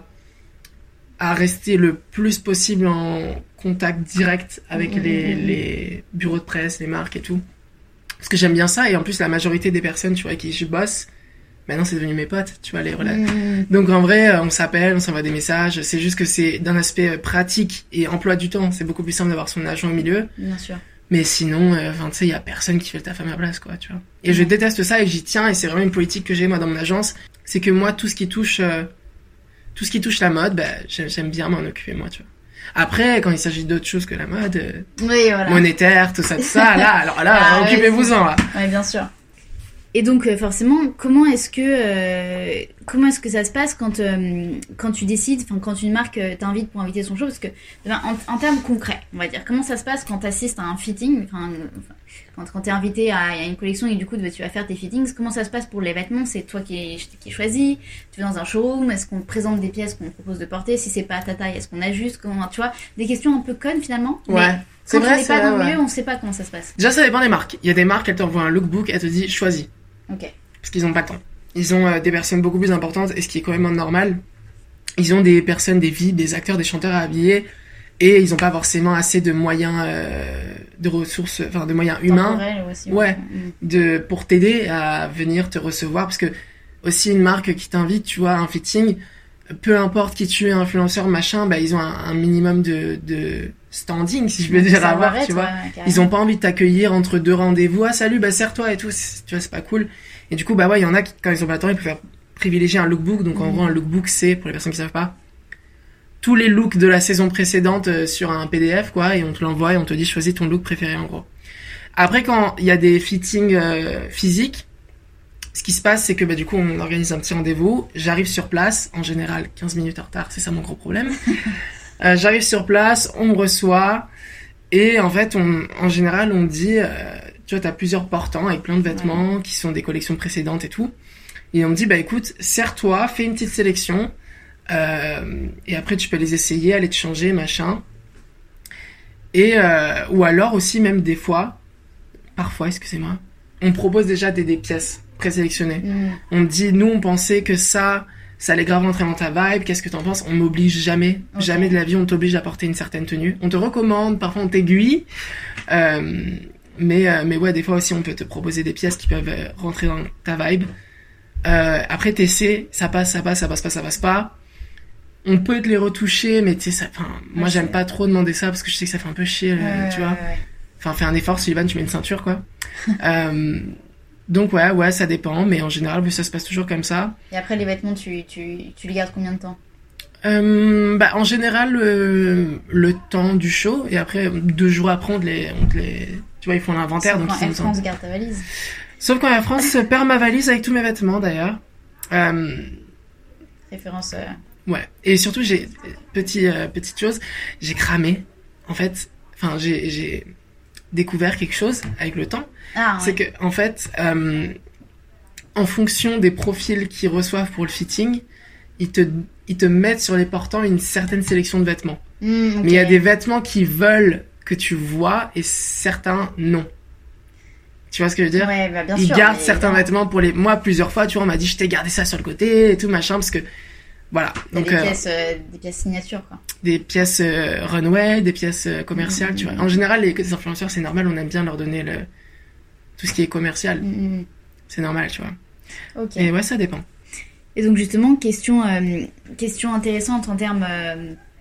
à rester le plus possible en contact direct avec mmh, les, mmh. les bureaux de presse, les marques et tout. Parce que j'aime bien ça, et en plus, la majorité des personnes, tu vois, avec qui je bosse, maintenant, c'est devenu mes potes, tu vois, les relais. Mmh. Donc, en vrai, on s'appelle, on s'envoie des messages, c'est juste que c'est d'un aspect pratique et emploi du temps, c'est beaucoup plus simple d'avoir son agent au milieu. Bien sûr. Mais sinon, enfin, euh, tu sais, il y a personne qui fait le taf à ma place, quoi, tu vois. Et mmh. je déteste ça et j'y tiens et c'est vraiment une politique que j'ai, moi, dans mon agence. C'est que moi, tout ce qui touche, euh, tout ce qui touche la mode, bah, j'aime, j'aime bien m'en occuper, moi, tu vois. Après, quand il s'agit d'autres choses que la mode, euh, oui, voilà. monétaire, tout ça, tout ça, là, alors là, ah, occupez-vous-en, là. Ouais, bien sûr. Et donc, euh, forcément, comment est-ce que euh, comment est-ce que ça se passe quand euh, quand tu décides, enfin quand une marque euh, t'invite pour inviter son show, parce que ben, en, en termes concrets, on va dire, comment ça se passe quand t'assistes à un fitting, enfin quand quand t'es invité à, à une collection et du coup tu vas faire tes fittings, comment ça se passe pour les vêtements? C'est toi qui qui choisis, tu vas dans un showroom, est-ce qu'on te présente des pièces qu'on te propose de porter? Si c'est pas à ta taille, est-ce qu'on ajuste? Comment, tu vois, des questions un peu connes finalement. Ouais. Mais c'est quand vrai, on n'est c'est pas vrai, dans le ouais. milieu, on sait pas comment ça se passe. Déjà, ça dépend des marques. Il y a des marques, elles t'envoient un lookbook, elles te disent choisis. Ok. Parce qu'ils ont pas le temps. Ils ont euh, des personnes beaucoup plus importantes, et ce qui est quand même normal. Ils ont des personnes, des vies, des acteurs, des chanteurs à habiller, et ils ont pas forcément assez de moyens, euh, de ressources, enfin de moyens humains, aussi, ouais, ouais. de pour t'aider à venir te recevoir, parce que aussi une marque qui t'invite, tu vois, à un fitting, peu importe qui tu es, influenceur, machin, bah ils ont un, un minimum de, de standing, si je peux dire, à avoir, tu vois. Ouais, ils ont pas envie de t'accueillir entre deux rendez-vous, ah salut, bah serre-toi et tout, c'est, tu vois, c'est pas cool. Et du coup, bah ouais, il y en a qui, quand ils ont pas le temps, ils préfèrent privilégier un lookbook. Donc, en mmh. gros, un lookbook, c'est, pour les personnes qui savent pas, tous les looks de la saison précédente euh, sur un P D F, quoi, et on te l'envoie et on te dit, choisis ton look préféré, en gros. Après, quand il y a des fittings euh, physiques, ce qui se passe, c'est que, bah, du coup, on organise un petit rendez-vous. J'arrive sur place, en général, quinze minutes en retard, c'est ça mon gros problème. euh, j'arrive sur place, on me reçoit, et en fait, on, en général, on dit... Euh, tu vois, t'as plusieurs portants avec plein de vêtements ouais. qui sont des collections précédentes et tout. Et on me dit, bah écoute, serre-toi, fais une petite sélection. Euh, et après, tu peux les essayer, aller te changer, machin. Et, euh, ou alors aussi, même des fois, parfois, excusez-moi, on propose déjà des, des pièces présélectionnées. Mm. On me dit, nous, on pensait que ça, ça allait grave rentrer dans ta vibe. Qu'est-ce que t'en penses? On m'oblige jamais. Okay. Jamais de la vie, on t'oblige à porter une certaine tenue. On te recommande, parfois on t'aiguille. Euh, Mais, euh, mais ouais, des fois aussi, on peut te proposer des pièces qui peuvent euh, rentrer dans ta vibe. Euh, après, t'essaies, ça passe, ça passe, ça passe pas, ça passe pas. On peut te les retoucher, mais tu sais, ça, enfin, moi, ouais, j'aime c'est... pas trop demander ça parce que je sais que ça fait un peu chier, euh, ouais, tu vois. Ouais, ouais. Enfin, fais un effort, Sullivan, tu mets une ceinture, quoi. euh, donc, ouais, ouais, ça dépend, mais en général, ça se passe toujours comme ça. Et après, les vêtements, tu, tu, tu les gardes combien de temps? Euh, bah, en général, le, le temps du show, et après, deux jours après, on te les, on te les, tu vois, ils font l'inventaire. Sauf donc quand Air France garde ta valise. Sauf quand Air France perd ma valise avec tous mes vêtements, d'ailleurs. Euh... Référence... Euh... Ouais. Et surtout, j'ai... Petit, euh, petite chose, j'ai cramé. En fait, enfin, j'ai, j'ai découvert quelque chose avec le temps. Ah, c'est ouais. que, en fait, euh, en fonction des profils qu'ils reçoivent pour le fitting, ils te, ils te mettent sur les portants une certaine sélection de vêtements. Mmh, okay. Mais il y a des vêtements qui veulent que tu vois et certains non. Tu vois ce que je veux dire? Ouais, bah bien Ils sûr, gardent mais certains non. vêtements pour les... Moi, plusieurs fois, tu vois, on m'a dit, je t'ai gardé ça sur le côté et tout, machin, parce que... Voilà. Donc, des, euh, pièces, euh, des pièces signatures, quoi. Des pièces euh, runway, des pièces euh, commerciales, mmh, tu vois. En général, les, les influenceurs, c'est normal, on aime bien leur donner le... tout ce qui est commercial. Mmh. C'est normal, tu vois. Ok. Et ouais, ça dépend. Et donc, justement, question, euh, question intéressante en termes... Euh,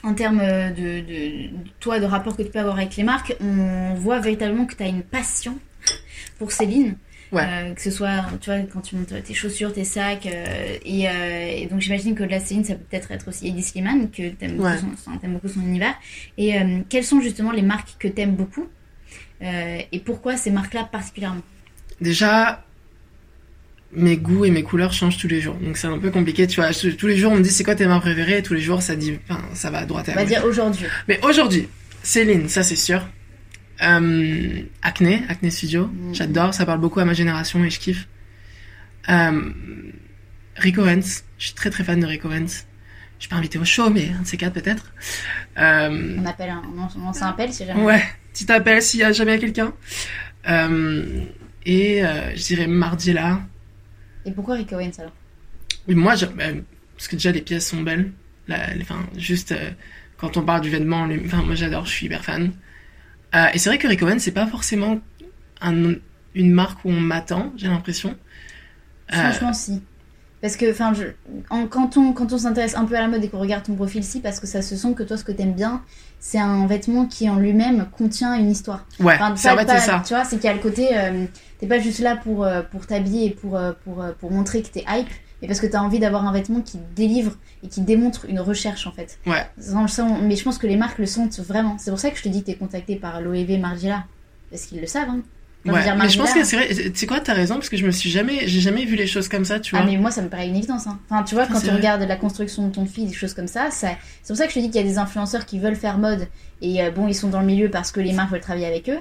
en termes de, de, de toi, de rapport que tu peux avoir avec les marques, on voit véritablement que tu as une passion pour Céline. Ouais. Euh, que ce soit, tu vois, quand tu montes tes chaussures, tes sacs, euh, et, euh, et donc j'imagine que la Céline, ça peut peut-être être aussi Hedi Slimane, que t'aimes Ouais. beaucoup, son, t'aimes beaucoup son univers. Et euh, quelles sont justement les marques que t'aimes beaucoup euh, et pourquoi ces marques-là particulièrement? Déjà, mes goûts et mes couleurs changent tous les jours, donc c'est un peu compliqué, tu vois. Je- tous les jours, on me dit c'est quoi tes marques préférées, et tous les jours, ça dit, enfin, ça va à droite et On à va gauche. dire aujourd'hui. Mais aujourd'hui, Céline, ça c'est sûr. Euh, Acné, Acné Studio, Mm. j'adore, ça parle beaucoup à ma génération et je kiffe. Euh, Rico Renz, je suis très très fan de Rico Renz. Je suis pas invité au show, mais un de ces quatre peut-être. Euh, On appelle un, on, on s'appelle si jamais. ouais, petit appel s'il y a jamais quelqu'un. Euh, et euh, je dirais Margiela. Et pourquoi Rick Owens alors? Oui, moi, je- bah, parce que déjà les pièces sont belles. La- les- Enfin, juste euh, quand on parle du vêtement, lui- enfin, moi j'adore, je suis hyper fan. Euh, et c'est vrai que Rick Owens, c'est pas forcément un, une marque où on m'attend, j'ai l'impression. Euh, Franchement, si. Parce que, enfin, je... en- quand on, quand on s'intéresse un peu à la mode et qu'on regarde ton profil, si, parce que ça se sent que toi, ce que t'aimes bien, c'est un vêtement qui en lui-même contient une histoire. ouais, Enfin, c'est pas- en fait pas- c'est ça. Tu vois, c'est qu'il y a le côté, euh, t'es pas juste là pour, euh, pour t'habiller et pour, euh, pour, euh, pour montrer que t'es hype, mais parce que t'as envie d'avoir un vêtement qui délivre et qui démontre une recherche en fait. Ouais. Ça, ça, on- Mais je pense que les marques le sentent vraiment. C'est pour ça que je te dis que t'es contacté par l'O E V Margiela. Parce qu'ils le savent, hein. Enfin, je veux Ouais, dire, mais je pense Margiela- que c'est vrai. Tu sais quoi, t'as raison parce que je me suis jamais, j'ai jamais vu les choses comme ça, tu vois. Ah mais moi ça me paraît une évidence hein. Enfin tu vois Ah, quand c'est tu vrai. regardes la construction de ton feed des choses comme ça, ça c'est pour ça que je te dis qu'il y a des influenceurs qui veulent faire mode et euh, bon ils sont dans le milieu parce que les marques veulent travailler avec eux.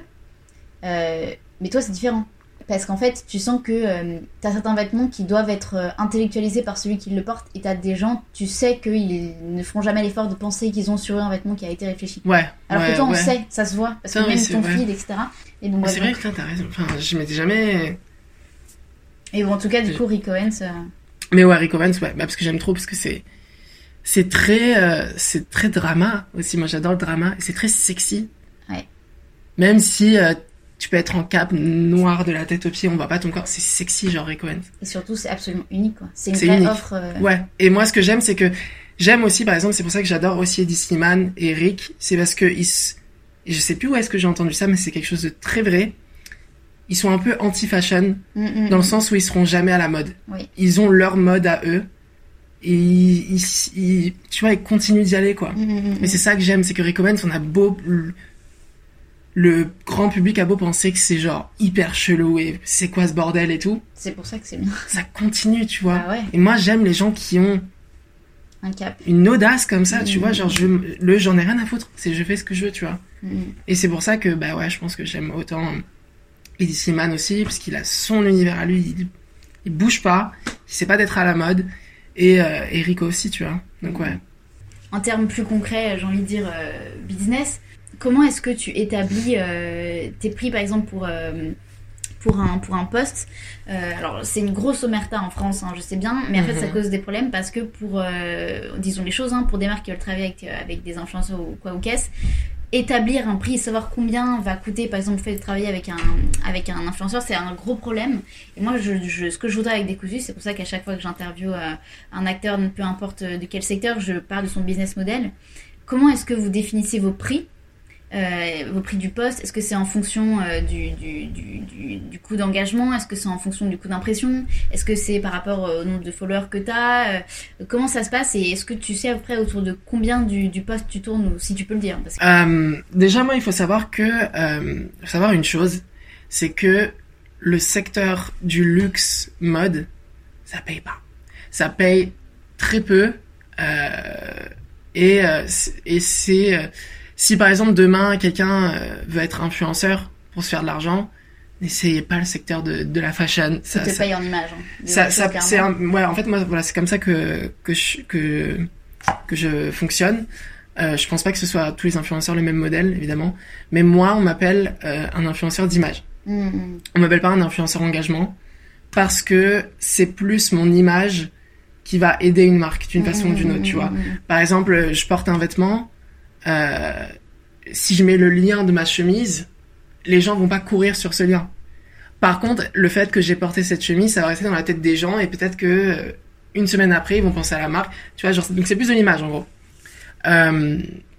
Euh, mais toi c'est différent parce qu'en fait tu sens que euh, t'as certains vêtements qui doivent être euh, intellectualisés par celui qui le porte et t'as des gens tu sais qu'ils ne feront jamais l'effort de penser qu'ils ont sur eux un vêtement qui a été réfléchi. Ouais. Alors ouais, que toi on ouais. sait, ça se voit parce Ça, que oui, même c'est ton vrai. feed et cetera. Et bon, Mais bref, c'est vrai donc- que t'as raison. Enfin, je m'étais jamais. et bon en tout cas du coup Rick Owens. euh, Mais ouais, Rick Owens, ouais, bah, parce que j'aime trop, parce que c'est, c'est très, euh, c'est très drama aussi. Moi, j'adore le drama et c'est très sexy. Ouais. Même si euh, tu peux être en cape noire de la tête aux pieds, on voit pas ton corps, c'est sexy, genre Rick Owens. Et surtout c'est absolument unique quoi. C'est une C'est vraie unique. offre. euh, Ouais. Et moi, ce que j'aime, c'est que j'aime aussi, par exemple, c'est pour ça que j'adore aussi Hedi Slimane et Rick, c'est parce que ils, s- et je sais plus où est-ce que j'ai entendu ça, mais c'est quelque chose de très vrai. Ils sont un peu anti-fashion, mm, mm, dans le mm. sens où ils seront jamais à la mode. Oui. Ils ont leur mode à eux. Et ils, ils- ils- tu vois, ils continuent d'y aller, quoi. Mm, mm, mm. Mais c'est ça que j'aime, c'est que Rick Owens, on a beau... Le, le grand public a beau penser que c'est genre hyper chelou et c'est quoi ce bordel et tout. C'est pour ça que c'est bien. Ça continue, tu vois. Ah ouais, Et moi, j'aime les gens qui ont un cap. une audace comme ça, tu Mhm. vois. Genre, je, le j'en ai rien à foutre. C'est je fais ce que je veux, tu vois. Mm. Et c'est pour ça que, bah ouais, je pense que j'aime autant Hedi Slimane aussi, parce qu'il a son univers à lui. Il, il bouge pas. Il sait pas d'être à la mode. Et, euh, et Rico aussi, tu vois. Donc ouais. En termes plus concrets, j'ai envie de dire euh, business, comment est-ce que tu établis euh, tes prix par exemple pour, euh, pour, un, pour un poste euh, Alors c'est une grosse omerta en France, hein, je sais bien, mais en fait ça Mhm. cause des problèmes parce que pour, euh, disons les choses, hein, pour des marques qui veulent travailler avec, euh, avec des influenceurs ou quoi ou qu'est-ce, établir un prix, savoir combien va coûter par exemple le fait de travailler avec un, avec un influenceur, c'est un gros problème. Et moi je, je, ce que je voudrais avec Décousu, c'est pour ça qu'à chaque fois que j'interviewe euh, un acteur, peu importe de quel secteur, je parle de son business model. Comment est-ce que vous définissez vos prix euh, vos prix du poste? Est-ce que c'est en fonction euh, du, du, du, du, du coût d'engagement? Est-ce que c'est en fonction du coût d'impression? Est-ce que c'est par rapport au nombre de followers que tu as? euh, Comment ça se passe? Et est-ce que tu sais à peu près autour de combien du, du poste tu tournes, ou si tu peux le dire? Parce que... Euh, déjà, moi, il faut savoir que, euh, faut savoir une chose, c'est que le secteur du luxe mode, ça paye pas. Ça paye très peu. Euh, et, euh, et c'est, euh, si par exemple demain quelqu'un euh, veut être influenceur pour se faire de l'argent, n'essayez pas le secteur de, de la fashion. Ça, te ça, paye en image. Hein, ça, ça c'est un, ouais, en fait, moi, voilà, c'est comme ça que, que je, que, que je fonctionne. Euh, je pense pas que ce soit tous les influenceurs le même modèle, évidemment. Mais moi, on m'appelle euh, un influenceur d'image. Mmh. On m'appelle pas un influenceur engagement parce que c'est plus mon image qui va aider une marque d'une façon ou d'une autre, tu vois. Par exemple, je porte un vêtement, euh, si je mets le lien de ma chemise, les gens vont pas courir sur ce lien. Par contre, le fait que j'ai porté cette chemise, ça va rester dans la tête des gens et peut-être que euh, une semaine après, ils vont penser à la marque, tu vois, genre, donc c'est plus de l'image en gros. Euh,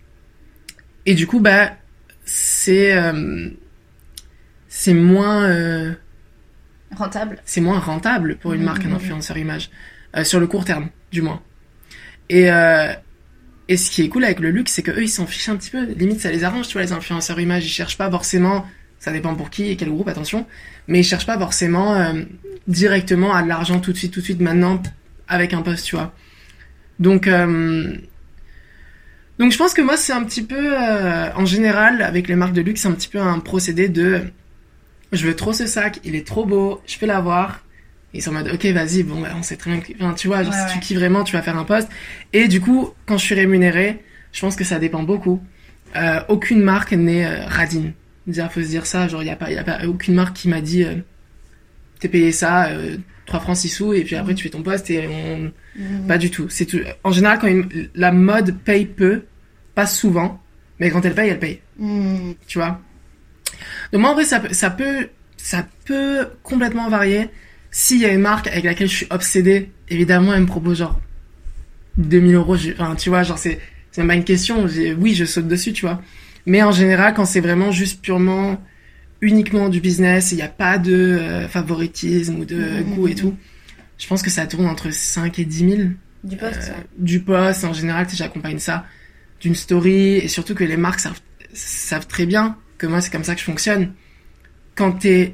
et du coup, bah, c'est, euh, c'est moins, euh, rentable. C'est moins rentable pour une mmh, marque, un mmh. influenceur image, euh, sur le court terme, du moins. Et, euh, et ce qui est cool avec le luxe, c'est que eux, ils s'en fichent un petit peu. Limite, ça les arrange, tu vois, les influenceurs image, ils cherchent pas forcément, ça dépend pour qui et quel groupe, attention, mais ils cherchent pas forcément euh, directement à de l'argent tout de suite, tout de suite, maintenant, avec un post, tu vois. Donc, euh, donc je pense que moi, c'est un petit peu, euh, en général, avec les marques de luxe, c'est un petit peu un procédé de, je veux trop ce sac, il est trop beau, je peux l'avoir. Ils sont en mode, ok, vas-y, bon, bah, on sait très bien que, enfin, tu vois, genre, ouais, si ouais. tu kiffes vraiment, tu vas faire un post. Et du coup, quand je suis rémunérée, je pense que ça dépend beaucoup. Euh, aucune marque n'est euh, radine. Dire, faut se dire ça, genre, il y a pas, il y a pas aucune marque qui m'a dit, euh, t'es payé ça, euh, trois francs six sous, et puis après, tu fais ton post, et on, mmh. Pas du tout. C'est tout. En général, quand une... la mode paye peu, pas souvent, mais quand elle paye, elle paye. Mmh. Tu vois? Donc moi, en vrai, ça peut, ça peut, ça peut complètement varier. S'il y a une marque avec laquelle je suis obsédée, évidemment, elle me propose genre deux mille euros. Je... Enfin, tu vois, genre, c'est, c'est même pas une question. J'ai... Oui, je saute dessus, tu vois. Mais en général, quand c'est vraiment juste purement, uniquement du business, il n'y a pas de euh, favoritisme ou de mmh, goût et tout, je pense que ça tourne entre cinq et dix mille. Du post, euh, ouais. Du post, en général, tu sais, j'accompagne ça d'une story. Et surtout que les marques savent, savent très bien que moi, c'est comme ça que je fonctionne. Quand t'es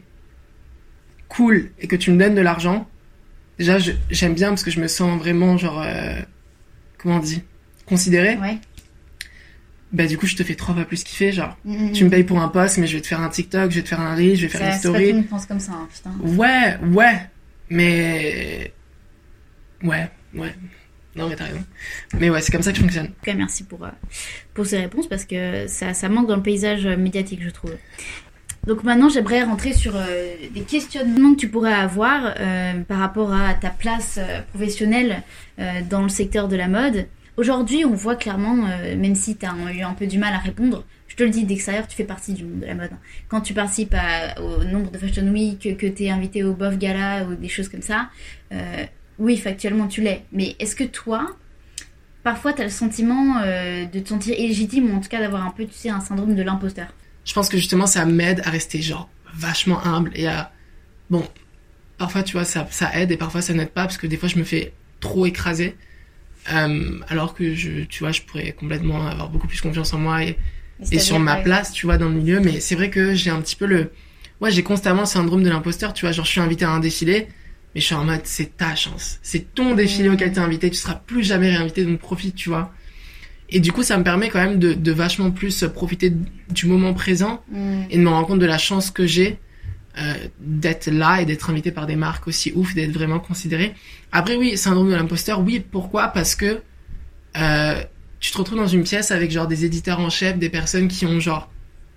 cool et que tu me donnes de l'argent, déjà je, j'aime bien parce que je me sens vraiment genre euh, comment on dit, considérée. Ouais. Bah du coup je te fais trois fois plus kiffer, genre mmh. tu me payes pour un post, mais je vais te faire un TikTok, je vais te faire un reel, je vais faire ça, une story. C'est pas tout le monde pense comme ça, hein, putain. Ouais, ouais, mais ouais, ouais. Non mais t'as raison. Mais ouais, c'est comme ça que je fonctionne. En tout cas, merci pour euh, pour ces réponses parce que ça ça manque dans le paysage médiatique, je trouve. Donc maintenant, j'aimerais rentrer sur euh, des questionnements que tu pourrais avoir euh, par rapport à ta place euh, professionnelle euh, dans le secteur de la mode. Aujourd'hui, on voit clairement, euh, même si tu as eu un peu du mal à répondre, je te le dis d'extérieur, tu fais partie du monde de la mode. Quand tu participes à, au nombre de Fashion Week, que, que tu es invité au B O F Gala ou des choses comme ça, euh, oui, factuellement, tu l'es. Mais est-ce que toi, parfois, tu as le sentiment euh, de te sentir illégitime ou en tout cas d'avoir un peu, tu sais, un syndrome de l'imposteur ? Je pense que justement, ça m'aide à rester genre vachement humble et à... Bon, parfois, tu vois, ça, ça aide et parfois, ça n'aide pas parce que des fois, je me fais trop écraser. Euh, alors que, je, tu vois, je pourrais complètement avoir beaucoup plus confiance en moi et, et sur ma place, tu vois, dans le milieu. Mais c'est vrai que j'ai un petit peu le... Ouais, j'ai constamment le syndrome de l'imposteur, tu vois. Genre, je suis invité à un défilé, mais je suis en mode, c'est ta chance. C'est ton défilé mmh. auquel t'es invité, tu seras plus jamais réinvité, donc profite, tu vois. Et du coup, ça me permet quand même de, de vachement plus profiter du moment présent mmh. et de me rendre compte de la chance que j'ai euh, d'être là et d'être invité par des marques aussi ouf, d'être vraiment considéré. Après, oui, syndrome de l'imposteur, oui, pourquoi ? Parce que euh, tu te retrouves dans une pièce avec genre des éditeurs en chef, des personnes qui ont genre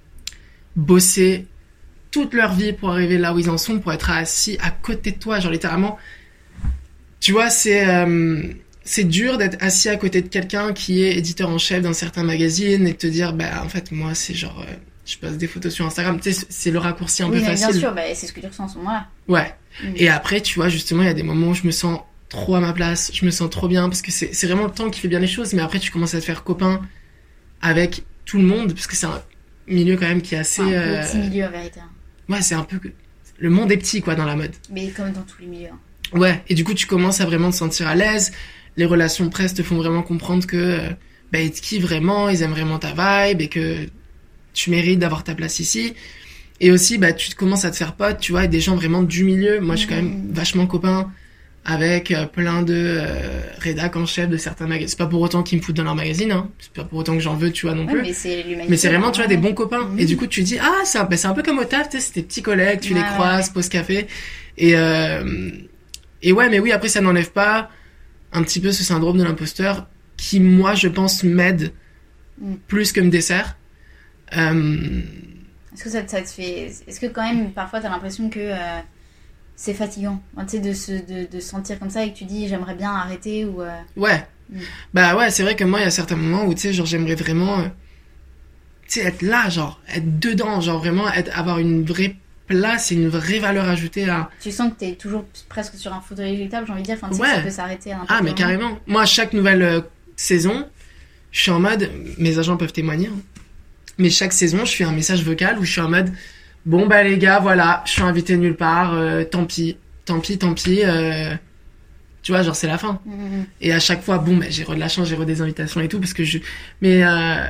bossé toute leur vie pour arriver là où ils en sont, pour être assis à côté de toi, genre littéralement. Tu vois, c'est... Euh, c'est dur d'être assis à côté de quelqu'un qui est éditeur en chef d'un certain magazine et de te dire, bah, en fait, moi, c'est genre, euh, je poste des photos sur Instagram. Tu sais, c'est le raccourci un oui, peu facile. Oui, bien sûr, bah, c'est ce que tu ressens en ce moment-là. Ouais. Mmh. Et après, tu vois, justement, il y a des moments où je me sens trop à ma place, je me sens trop bien, parce que c'est, c'est vraiment le temps qui fait bien les choses, mais après, tu commences à te faire copain avec tout le monde, parce que c'est un milieu quand même qui est assez... C'est un euh... petit milieu, en vérité. Ouais, c'est un peu... Le monde est petit, quoi, dans la mode. Mais comme dans tous les milieux. Ouais, et du coup, tu commences à vraiment te sentir à l'aise. Les relations presse te font vraiment comprendre que bah, ils te kiffent vraiment, ils aiment vraiment ta vibe et que tu mérites d'avoir ta place ici. Et aussi, bah, tu commences à te faire pote, tu vois, avec des gens vraiment du milieu. Moi, je suis quand même vachement copain avec euh, plein de euh, rédacs en chef de certains magazines. C'est pas pour autant qu'ils me foutent dans leur magazine, hein. C'est pas pour autant que j'en veux, tu vois, non ouais, plus. Mais c'est, mais c'est vraiment, tu vois, des bons copains. Mmh. Et du coup, tu dis, ah, c'est un, bah, c'est un peu comme au taf, tu sais, c'est tes petits collègues, tu ouais, les croises, ouais. pause café. Et, euh, et ouais, mais oui, après, ça n'enlève pas un petit peu ce syndrome de l'imposteur qui, moi, je pense, m'aide mm. plus que me dessert. Euh... Est-ce que ça, ça te fait... Est-ce que quand même, parfois, t'as l'impression que euh, c'est fatigant, tu sais, de se de, de sentir comme ça et que tu dis, j'aimerais bien arrêter ou... Euh... Ouais. Mm. Bah ouais, c'est vrai que moi, il y a certains moments où, tu sais, genre, j'aimerais vraiment... Euh, tu sais, être là, genre, être dedans, genre, vraiment, être, avoir une vraie... Là, c'est une vraie valeur ajoutée à... Tu sens que t'es toujours presque sur un fauteuil éjectable, j'ai envie de dire. Enfin, tu ouais. sais que ça peut s'arrêter à n'importe Ah, mais moment. Carrément. Moi, à chaque nouvelle euh, saison, je suis en mode, mes agents peuvent témoigner, hein, mais chaque saison, je fais un message vocal où je suis en mode, bon bah les gars, voilà, je suis invité nulle part, euh, tant pis, tant pis, tant pis, euh, tu vois, genre c'est la fin. Mmh. Et à chaque fois, bon, bah, j'ai re de la chance, j'ai re des invitations et tout, parce que je, mais, euh...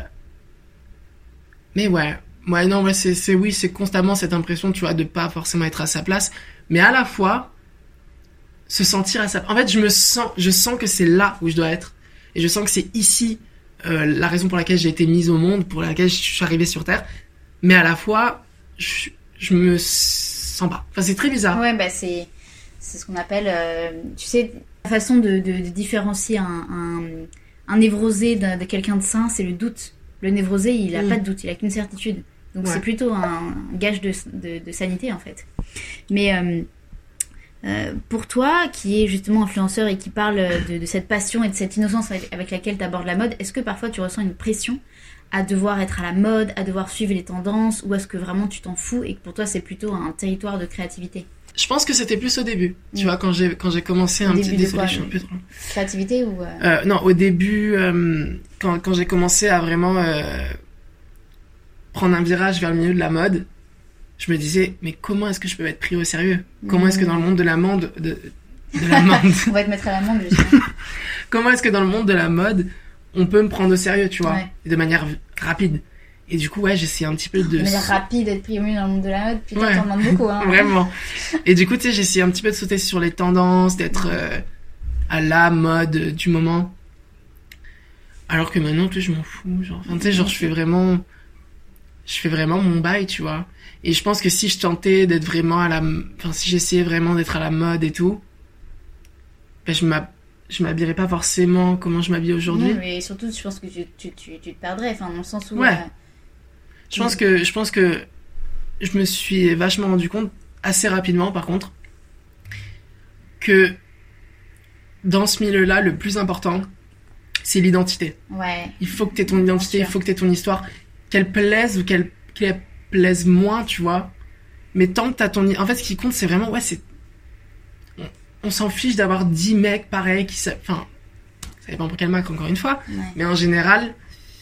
mais ouais, ouais, non, ouais, c'est, c'est, oui, c'est constamment cette impression, tu vois, de pas forcément être à sa place, mais à la fois, se sentir à sa, en fait, je me sens, je sens que c'est là où je dois être, et je sens que c'est ici, euh, la raison pour laquelle j'ai été mise au monde, pour laquelle je suis arrivée sur Terre, mais à la fois, je, je me sens pas. Enfin, c'est très bizarre. Ouais, bah c'est, c'est ce qu'on appelle, euh, tu sais, la façon de, de, de différencier un, un, un névrosé de, de quelqu'un de sain, c'est le doute. Le névrosé, il a mmh. pas de doute, il a qu'une certitude. Donc ouais. c'est plutôt un gage de, de, de sanité, en fait. Mais euh, euh, pour toi, qui est justement influenceur et qui parle de, de cette passion et de cette innocence avec, avec laquelle tu abordes la mode, est-ce que parfois tu ressens une pression à devoir être à la mode, à devoir suivre les tendances, ou est-ce que vraiment tu t'en fous et que pour toi c'est plutôt un territoire de créativité? Je pense que c'était plus au début, tu mmh. vois, quand j'ai, quand j'ai commencé au un petit... Désolé, je suis un peu trop... Créativité ou... Euh... Euh, non, au début, euh, quand, quand j'ai commencé à vraiment euh, prendre un virage vers le milieu de la mode, je me disais, mais comment est-ce que je peux être pris au sérieux? Comment mmh. est-ce que dans le monde de la mode... De, de la mode... On va te mettre à la mode, justement. Comment est-ce que dans le monde de la mode, on peut me prendre au sérieux, tu vois, ouais. de manière rapide. Et du coup, ouais, j'essayais un petit peu de... De manière rapide, d'être pris au milieu dans le monde de la mode, putain, ouais. t'en demandes beaucoup, hein. Vraiment. Et du coup, tu sais, j'essayais un petit peu de sauter sur les tendances, d'être euh, à la mode du moment. Alors que maintenant, tu sais, je m'en fous, genre... Enfin, tu sais, genre, je fais vraiment... Je fais vraiment mon bail, tu vois. Et je pense que si je tentais d'être vraiment à la... Enfin, si j'essayais vraiment d'être à la mode et tout, ben, je m'app... je m'habillerais pas forcément comment je m'habille aujourd'hui. Non, mais surtout, je pense que tu, tu, tu, tu te perdrais, enfin, dans le sens où... Ouais. Euh, je, pense que, je pense que je me suis vachement rendu compte, assez rapidement par contre, que dans ce milieu-là, le plus important, c'est l'identité. Ouais. Il faut que t'aies ton identité, il faut que t'aies ton histoire, qu'elle plaise ou qu'elle, qu'elle plaise moins, tu vois. Mais tant que t'as ton... En fait, ce qui compte, c'est vraiment... Ouais, c'est... On s'en fiche d'avoir dix mecs pareils qui... Sa... Enfin, ça dépend pour quel mec, encore une fois. Ouais. Mais en général,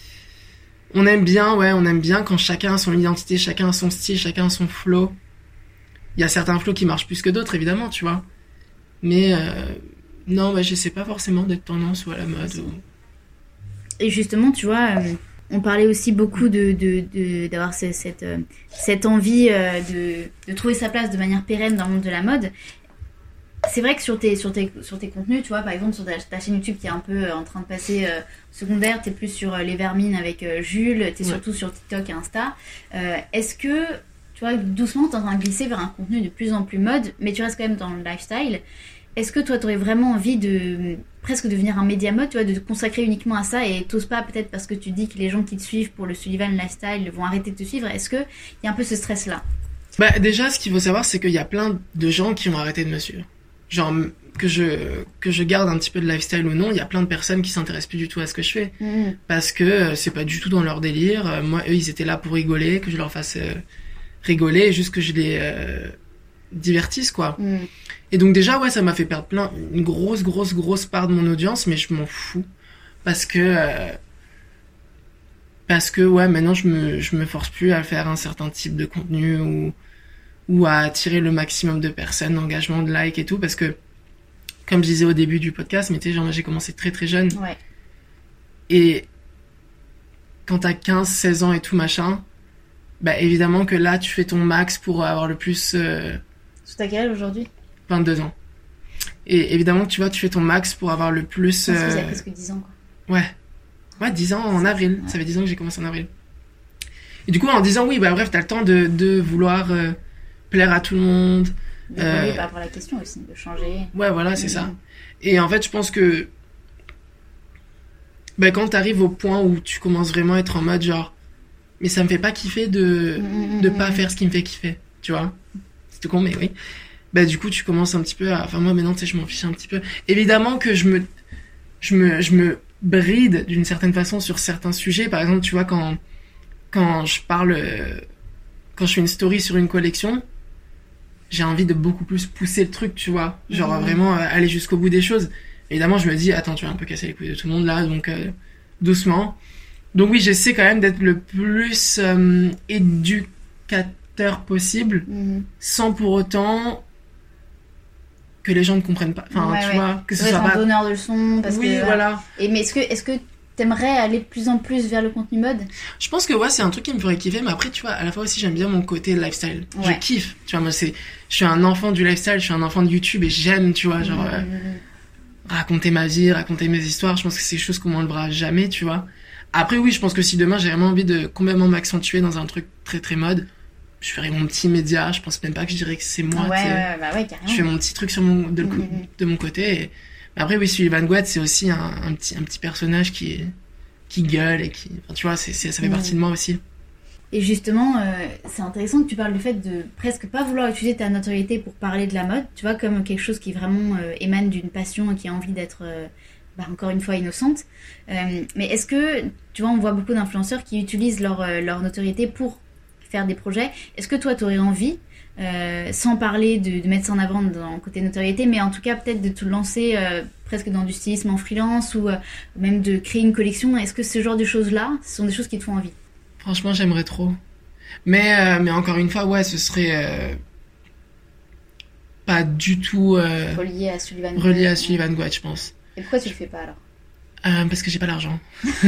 on aime bien, ouais, on aime bien quand chacun a son identité, chacun a son style, chacun a son flow. Il y a certains flows qui marchent plus que d'autres, évidemment, tu vois. Mais euh, non, bah, j'essaie pas forcément d'être tendance ou à la mode. Ou... Et justement, tu vois, euh, on parlait aussi beaucoup de, de, de, d'avoir ce, cette, euh, cette envie euh, de, de trouver sa place de manière pérenne dans le monde de la mode. C'est vrai que sur tes, sur, tes, sur tes contenus, tu vois, par exemple sur ta, ta chaîne YouTube qui est un peu euh, en train de passer euh, secondaire, t'es plus sur euh, les vermines avec euh, Jules, t'es ouais. surtout sur TikTok et Insta. Euh, est-ce que, tu vois, doucement t'es en train de glisser vers un contenu de plus en plus mode, mais tu restes quand même dans le lifestyle. Est-ce que toi t'aurais vraiment envie de presque devenir un média mode, tu vois, de te consacrer uniquement à ça et t'oses pas peut-être parce que tu dis que les gens qui te suivent pour le Sullivan Lifestyle vont arrêter de te suivre? Est-ce qu'il y a un peu ce stress-là? Bah déjà, ce qu'il faut savoir, c'est qu'il y a plein de gens qui ont arrêté de me suivre. Genre, que je, que je garde un petit peu de lifestyle ou non, il y a plein de personnes qui s'intéressent plus du tout à ce que je fais. Mmh. Parce que euh, c'est pas du tout dans leur délire. Euh, moi, eux, ils étaient là pour rigoler, que je leur fasse euh, rigoler, juste que je les euh, divertisse, quoi. Mmh. Et donc déjà, ouais, ça m'a fait perdre plein, une grosse, grosse, grosse part de mon audience, mais je m'en fous. Parce que... Euh, parce que, ouais, maintenant, je me, je me force plus à faire un certain type de contenu ou... ou à attirer le maximum de personnes, d'engagement, de likes et tout, parce que, comme je disais au début du podcast, mais tu sais, genre, j'ai commencé très très jeune. Ouais. Et quand t'as quinze, seize ans et tout, machin, bah évidemment que là, tu fais ton max pour avoir le plus... Euh... T'as quel âge aujourd'hui? vingt-deux ans. Et évidemment que tu vois, tu fais ton max pour avoir le plus... Je pense euh... que vous avez presque dix ans, quoi. Ouais. Ouais, dix ans en avril. Ouais. Ça fait dix ans que j'ai commencé en avril. Et du coup, en disant oui, bah bref, t'as le temps de, de vouloir... Euh... plaire à tout le monde. De euh... par rapport à la question aussi, de changer. Ouais, voilà, c'est mmh. ça. Et en fait, je pense que bah, quand t'arrives au point où tu commences vraiment à être en mode genre, mais ça me fait pas kiffer de mmh. de pas faire ce qui me fait kiffer, tu vois. C'est tout con, mais oui. Bah du coup, tu commences un petit peu à... Enfin, moi, maintenant, tu sais, je m'en fiche un petit peu. Évidemment que je me... Je me, je me bride d'une certaine façon sur certains sujets. Par exemple, tu vois, quand, quand je parle... Quand je fais une story sur une collection... j'ai envie de beaucoup plus pousser le truc, tu vois. Genre, mmh. vraiment euh, aller jusqu'au bout des choses. Évidemment, je me dis, attends, tu vas un peu casser les couilles de tout le monde, là, donc... Euh, doucement. Donc oui, j'essaie quand même d'être le plus euh, éducateur possible, mmh. sans pour autant que les gens ne comprennent pas. Enfin, ouais, tu ouais. vois, que ce ouais, soit un pas... donneur de leçons. Parce oui, que, voilà. Et, mais est-ce que, est-ce que t'aimerais aller de plus en plus vers le contenu mode? Je pense que ouais, c'est un truc qui me ferait kiffer, mais après, tu vois, à la fois aussi, j'aime bien mon côté lifestyle. Ouais. Je kiffe. Tu vois, moi, c'est... Je suis un enfant du lifestyle, je suis un enfant de YouTube et j'aime, tu vois, genre... Mmh. Euh... raconter ma vie, raconter mes histoires, je pense que c'est quelque chose qu'on m'enlèvera jamais, tu vois. Après, oui, je pense que si demain j'ai vraiment envie de complètement m'accentuer dans un truc très très mode, je ferai mon petit média, je pense même pas que je dirais que c'est moi, ouais, tu sais. ouais, bah ouais, carrément. Je fais mon petit truc sur mon, de, le, mmh. de mon côté. Et... Après, oui, Sullivan Gouette, c'est aussi un, un, petit, un petit personnage qui, est, qui gueule et qui. Enfin, tu vois, c'est, c'est, ça fait mmh. partie de moi aussi. Et justement, euh, c'est intéressant que tu parles du fait de presque pas vouloir utiliser ta notoriété pour parler de la mode, tu vois, comme quelque chose qui vraiment euh, émane d'une passion et qui a envie d'être, euh, bah, encore une fois, innocente. Euh, mais est-ce que, tu vois, on voit beaucoup d'influenceurs qui utilisent leur, euh, leur notoriété pour faire des projets. Est-ce que toi, tu aurais envie, euh, sans parler de, de mettre ça en avant dans le côté notoriété, mais en tout cas peut-être de te lancer euh, presque dans du stylisme en freelance ou euh, même de créer une collection? Est-ce que ce genre de choses-là, ce sont des choses qui te font envie? Franchement, j'aimerais trop. Mais, euh, mais encore une fois, ouais, ce serait euh, pas du tout euh, relié à Sullivan Gouette. Relié à Sullivan Gouette, je pense. Et pourquoi tu le fais pas alors? euh, Parce que j'ai pas l'argent.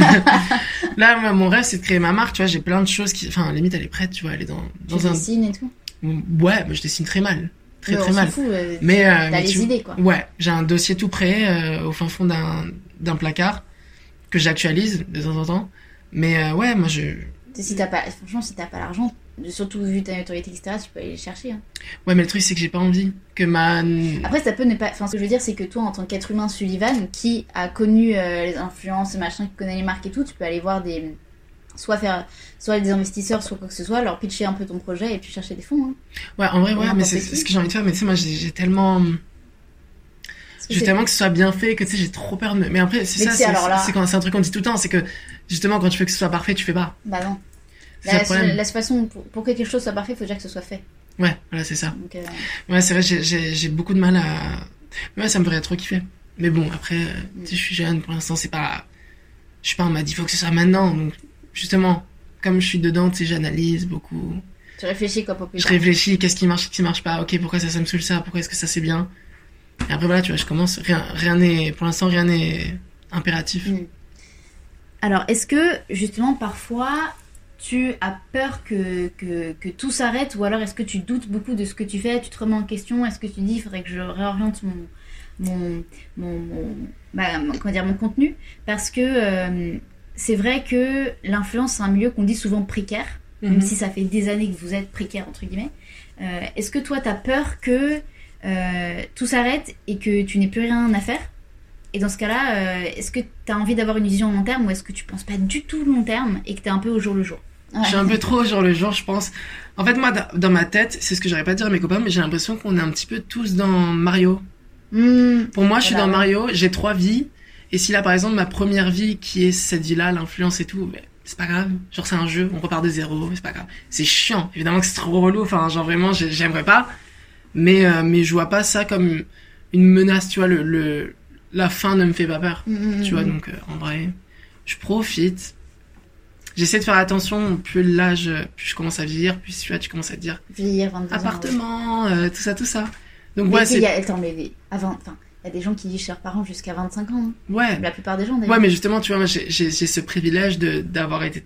Là, moi, mon rêve, c'est de créer ma marque, tu vois. J'ai plein de choses qui. Enfin, limite, elle est prête, tu vois. Elle est dans, dans tu un. dessines et tout? Ouais, mais je dessine très mal. Très, mais très on mal. S'en fout, euh, mais euh, t'as mais les tu... idées, quoi. Ouais, j'ai un dossier tout prêt euh, au fin fond d'un, d'un placard que j'actualise de temps en temps. Mais euh, ouais, moi, je. Si t'as pas, franchement, si t'as pas l'argent, surtout vu ta notoriété, et cetera, tu peux aller les chercher. Hein. Ouais, mais le truc, c'est que j'ai pas envie que ma... Après, ça peut ne pas... Enfin, ce que je veux dire, c'est que toi, en tant qu'être humain Sullivan, qui a connu euh, les influences, machin, qui connaît les marques et tout, tu peux aller voir des... Soit faire... Soit des investisseurs, soit quoi que ce soit, leur pitcher un peu ton projet et puis chercher des fonds. Hein. Ouais, en vrai, ouais, mais c'est, c'est ce que j'ai envie de faire. Mais tu sais, moi, j'ai, j'ai tellement... J'ai c'est... tellement que ce soit bien fait que tu sais, j'ai trop peur de... Mais après, c'est mais ça, c'est, là... c'est, quand, c'est un truc qu'on dit tout le temps, c'est que justement, quand tu veux que ce soit parfait, tu fais pas. Bah non. La, la, la façon pour, pour que quelque chose soit parfait, il faut déjà que ce soit fait. Ouais, voilà, c'est ça. Donc, euh... Ouais, c'est vrai, j'ai, j'ai, j'ai beaucoup de mal à... Ouais, ça me ferait trop kiffer. Mais bon, après, mm. tu sais, je suis jeune, pour l'instant, c'est pas... Je sais pas, on m'a dit, il faut que ce soit maintenant. Donc, justement, comme je suis dedans, tu sais, j'analyse beaucoup. Tu réfléchis quoi pour plus Je réfléchis, qu'est-ce qui marche, qu'est-ce qui marche pas. Ok, pourquoi ça, ça me saoule ça? Pourquoi est-ce que ça, c'est bien? Et après, voilà, tu vois, je commence... Rien, rien n'est... Pour l'instant, rien n'est impératif. Mm. Alors, est-ce que, justement, parfois... tu as peur que, que, que tout s'arrête, ou alors est-ce que tu doutes beaucoup de ce que tu fais, tu te remets en question, est-ce que tu dis il faudrait que je réoriente mon, mon, mon, mon, bah, mon, comment dire, mon contenu, parce que euh, c'est vrai que l'influence c'est un milieu qu'on dit souvent précaire, mm-hmm. même si ça fait des années que vous êtes précaire entre guillemets. Euh, est-ce que toi tu as peur que euh, tout s'arrête et que tu n'aies plus rien à faire? Et dans ce cas-là, euh, est-ce que tu as envie d'avoir une vision long terme, ou est-ce que tu penses pas du tout long terme et que tu es un peu au jour le jour? Ouais. Je suis un peu trop genre le jour, je pense. En fait, moi, dans ma tête, c'est ce que j'aurais pas dire à mes copains, mais j'ai l'impression qu'on est un petit peu tous dans Mario. Mmh, Pour moi, je suis dans ouais. Mario, j'ai trois vies. Et si là, par exemple, ma première vie, qui est cette vie-là, l'influence et tout, mais c'est pas grave. Genre, c'est un jeu, on repart de zéro, c'est pas grave. C'est chiant. Évidemment que c'est trop relou. Enfin, genre, vraiment, j'aimerais pas. Mais, euh, mais je vois pas ça comme une menace, tu vois. Le, le, la fin ne me fait pas peur. Mmh, tu vois, donc, euh, en vrai, je profite. J'essaie de faire attention, plus l'âge, plus je commence à vieillir, plus tu vois, tu commences à te dire vieillir, vingt-deux appartement, ans, ouais. euh, tout ça, tout ça. Donc mais ouais, c'est... Y a, attends, mais avant, enfin, il y a des gens qui vivent chez leurs parents jusqu'à vingt-cinq ans. Hein. Ouais. La plupart des gens, d'ailleurs. Ouais, mais justement, tu vois, moi, j'ai, j'ai, j'ai ce privilège de, d'avoir été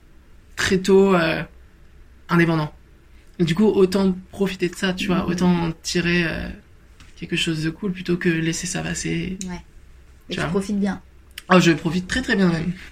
très tôt euh, indépendant. Et du coup, autant profiter de ça, tu vois, mmh. autant tirer euh, quelque chose de cool plutôt que laisser ça passer. Ouais. Et tu, tu profites bien. Oh, je profite très très bien même.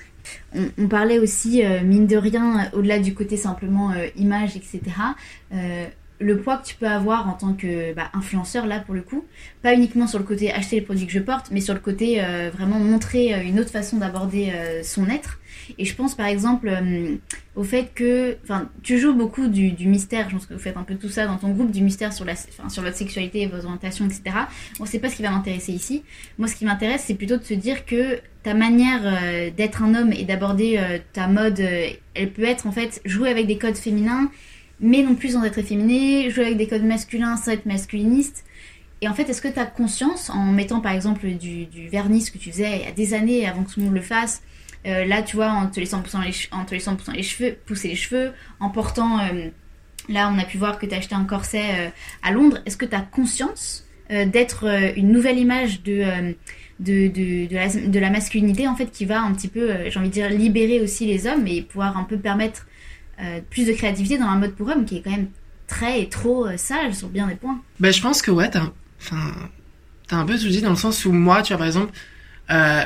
On, on parlait aussi, euh, mine de rien, au-delà du côté simplement euh, image, et cetera, euh, le poids que tu peux avoir en tant que bah, influenceur, là, pour le coup. Pas uniquement sur le côté acheter les produits que je porte, mais sur le côté euh, vraiment montrer euh, une autre façon d'aborder euh, son être. Et je pense, par exemple, euh, au fait que... Enfin, tu joues beaucoup du, du mystère. Je pense que vous faites un peu tout ça dans ton groupe, du mystère sur, la, sur votre sexualité, vos orientations, et cetera. Bon, c'est pas ce qui va m'intéresser ici. Moi, ce qui m'intéresse, c'est plutôt de se dire que ta manière euh, d'être un homme et d'aborder euh, ta mode, euh, elle peut être, en fait, jouer avec des codes féminins, mais non plus sans être efféminé, jouer avec des codes masculins sans être masculiniste. Et en fait, est-ce que tu as conscience, en mettant par exemple du, du vernis, ce que tu faisais il y a des années avant que tout le monde le fasse, euh, là tu vois, en te laissant pousser les, che- en te laissant pousser les cheveux, pousser les cheveux, en portant, euh, là on a pu voir que tu as acheté un corset euh, à Londres, est-ce que tu as conscience euh, d'être euh, une nouvelle image de, euh, de, de, de, la, de la masculinité en fait qui va un petit peu, euh, j'ai envie de dire, libérer aussi les hommes et pouvoir un peu permettre euh, plus de créativité dans un mode pour hommes qui est quand même très et trop euh, sage sur bien des points. Ben, je pense que ouais, t'as, enfin, t'as un peu tout dit dans le sens où moi, tu vois, par exemple, euh,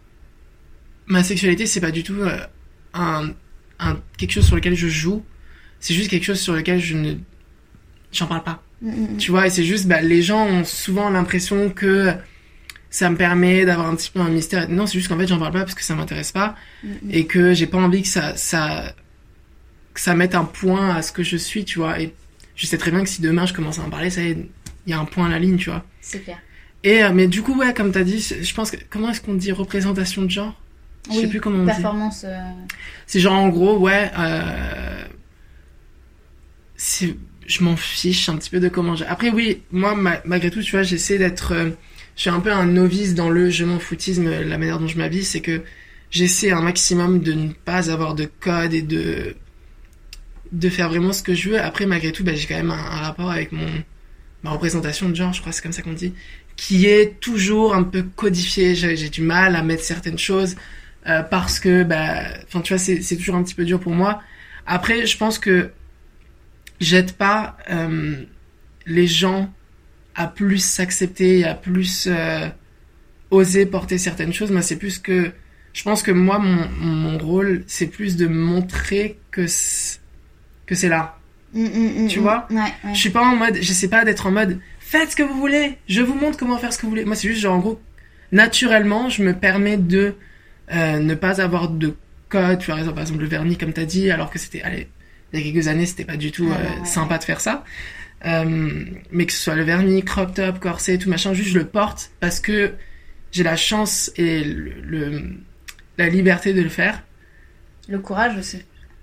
ma sexualité, c'est pas du tout euh, un, un, quelque chose sur lequel je joue. C'est juste quelque chose sur lequel je ne... J'en parle pas. Mmh. Tu vois, et c'est juste, bah, les gens ont souvent l'impression que ça me permet d'avoir un petit peu un mystère. Non, c'est juste qu'en fait, j'en parle pas parce que ça m'intéresse pas. Mmh. Et que j'ai pas envie que ça, ça, que ça mette un point à ce que je suis, tu vois. Et je sais très bien que si demain je commence à en parler, ça y est, il y a un point à la ligne, tu vois. C'est clair. Et, euh, mais du coup, ouais, comme t'as dit, je pense que, comment est-ce qu'on dit représentation de genre? Je oui, sais plus comment on performance, dit. Euh... C'est genre, en gros, ouais, euh, c'est, je m'en fiche un petit peu de comment j'ai. Après, oui, moi, ma, malgré tout, tu vois, j'essaie d'être, euh, je suis un peu un novice dans le je m'en foutisme, la manière dont je m'habille, c'est que j'essaie un maximum de ne pas avoir de code et de, de faire vraiment ce que je veux. Après, malgré tout, bah, j'ai quand même un, un rapport avec mon, ma représentation de genre, je crois que c'est comme ça qu'on dit, qui est toujours un peu codifiée. J'ai, j'ai du mal à mettre certaines choses, euh, parce que, bah, enfin, tu vois, c'est, c'est toujours un petit peu dur pour moi. Après, je pense que j'aide pas, euh, les gens à plus s'accepter, à plus, euh, oser porter certaines choses. Moi, c'est plus que, je pense que moi, mon, mon rôle, c'est plus de montrer que c'est, que c'est là. Mmh, mmh, tu mmh, vois ouais, ouais. Je suis pas en mode, j'essaie pas d'être en mode, faites ce que vous voulez, je vous montre comment faire ce que vous voulez. Moi, c'est juste genre, en gros, naturellement, je me permets de euh, ne pas avoir de code. Tu vois, par exemple, le vernis, comme t'as dit, alors que c'était, allez, il y a quelques années, c'était pas du tout ah, euh, ouais, sympa ouais. de faire ça. Euh, mais que ce soit le vernis, crop top, corset, tout machin, juste je le porte parce que j'ai la chance et le, le la liberté de le faire. Le courage aussi.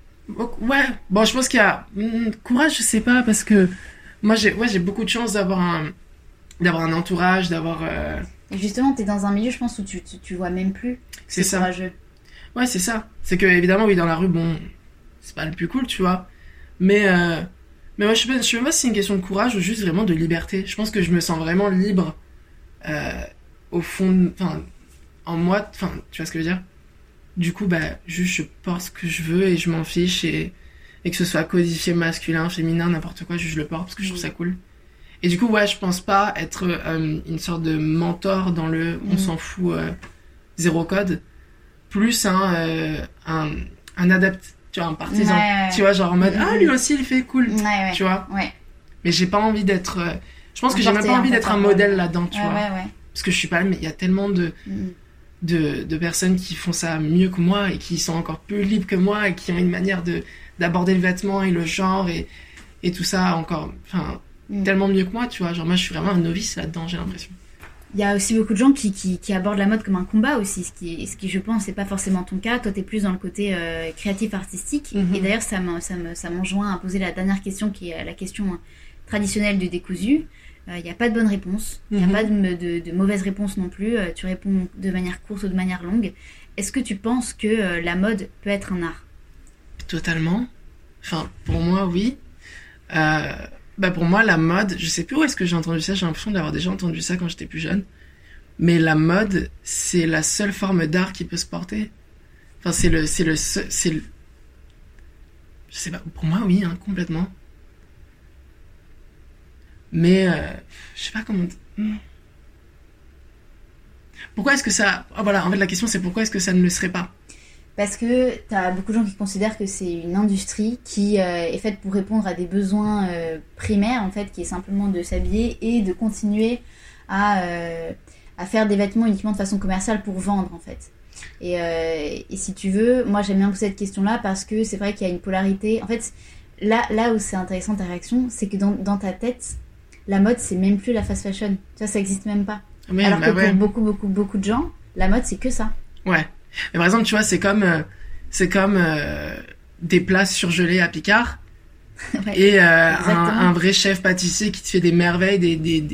Ouais, bon, je pense qu'il y a hmm, courage, je sais pas, parce que moi, j'ai, ouais, j'ai beaucoup de chance d'avoir un, d'avoir un entourage, d'avoir. Euh... Et justement, t'es dans un milieu, je pense, où tu, tu, tu vois même plus. C'est ça. Courageux. Ouais, c'est ça. C'est que évidemment, oui, dans la rue, bon, c'est pas le plus cool, tu vois. Mais, euh... mais moi, je sais pas, je sais même pas si c'est une question de courage ou juste vraiment de liberté. Je pense que je me sens vraiment libre, euh, au fond, enfin, en moi, enfin, tu vois ce que je veux dire. Du coup, bah, juste, je porte ce que je veux et je m'en fiche, et, et que ce soit codifié masculin, féminin, n'importe quoi, juste je le porte parce que je trouve ça cool. Et du coup, ouais, je pense pas être euh, une sorte de mentor dans le mmh. on s'en fout, euh, zéro code, plus un, euh, un, un adepte, tu vois, un partisan, ouais, ouais. Tu vois, genre en mode, mmh. ah, lui aussi, il fait cool, ouais, ouais. Tu vois. Ouais. Mais j'ai pas envie d'être, euh, je pense que j'ai même pas envie d'être un modèle là-dedans, tu ouais, vois. Ouais, ouais. Parce que je suis pas, mais il y a tellement de. Mmh. De, de personnes qui font ça mieux que moi et qui sont encore plus libres que moi et qui ont une manière de, d'aborder le vêtement et le genre et, et tout ça encore, enfin, mm. tellement mieux que moi, tu vois. Genre, moi, je suis vraiment un novice là-dedans, j'ai l'impression. Il y a aussi beaucoup de gens qui, qui, qui abordent la mode comme un combat aussi, ce qui, ce qui je pense, c'est pas forcément ton cas. Toi, t'es plus dans le côté euh, créatif, artistique. Mm-hmm. Et d'ailleurs, ça, me, ça, me, ça m'enjoint à poser la dernière question, qui est la question traditionnelle du décousu. Il euh, n'y a pas de bonne réponse, il n'y a mm-hmm. pas de, de, de mauvaise réponse non plus, euh, tu réponds de manière courte ou de manière longue. Est-ce que tu penses que euh, la mode peut être un art ? Totalement. Enfin, pour moi, oui. Euh, bah pour moi, la mode, je sais plus où est-ce que j'ai entendu ça, j'ai l'impression d'avoir déjà entendu ça quand j'étais plus jeune. Mais la mode, c'est la seule forme d'art qui peut se porter. Enfin, c'est le... C'est le, c'est le... Je sais pas, pour moi, oui, hein, complètement. Mais, euh, je sais pas comment... Pourquoi est-ce que ça... Oh, voilà, en fait, la question, c'est pourquoi est-ce que ça ne le serait pas ? Parce que t'as beaucoup de gens qui considèrent que c'est une industrie qui euh, est faite pour répondre à des besoins euh, primaires, en fait, qui est simplement de s'habiller et de continuer à, euh, à faire des vêtements uniquement de façon commerciale pour vendre, en fait. Et, euh, et si tu veux, moi, j'aime bien poser cette question-là parce que c'est vrai qu'il y a une polarité. En fait, là, là où c'est intéressant ta réaction, c'est que dans, dans ta tête... La mode, c'est même plus la fast fashion. Tu vois, ça existe même pas. Mais, Alors bah que ouais. pour beaucoup, beaucoup, beaucoup de gens, la mode, c'est que ça. Ouais. Mais par exemple, tu vois, c'est comme, euh, c'est comme euh, des plats surgelés à Picard. Ouais. Et euh, un, un vrai chef pâtissier qui te fait des merveilles, des, des, des,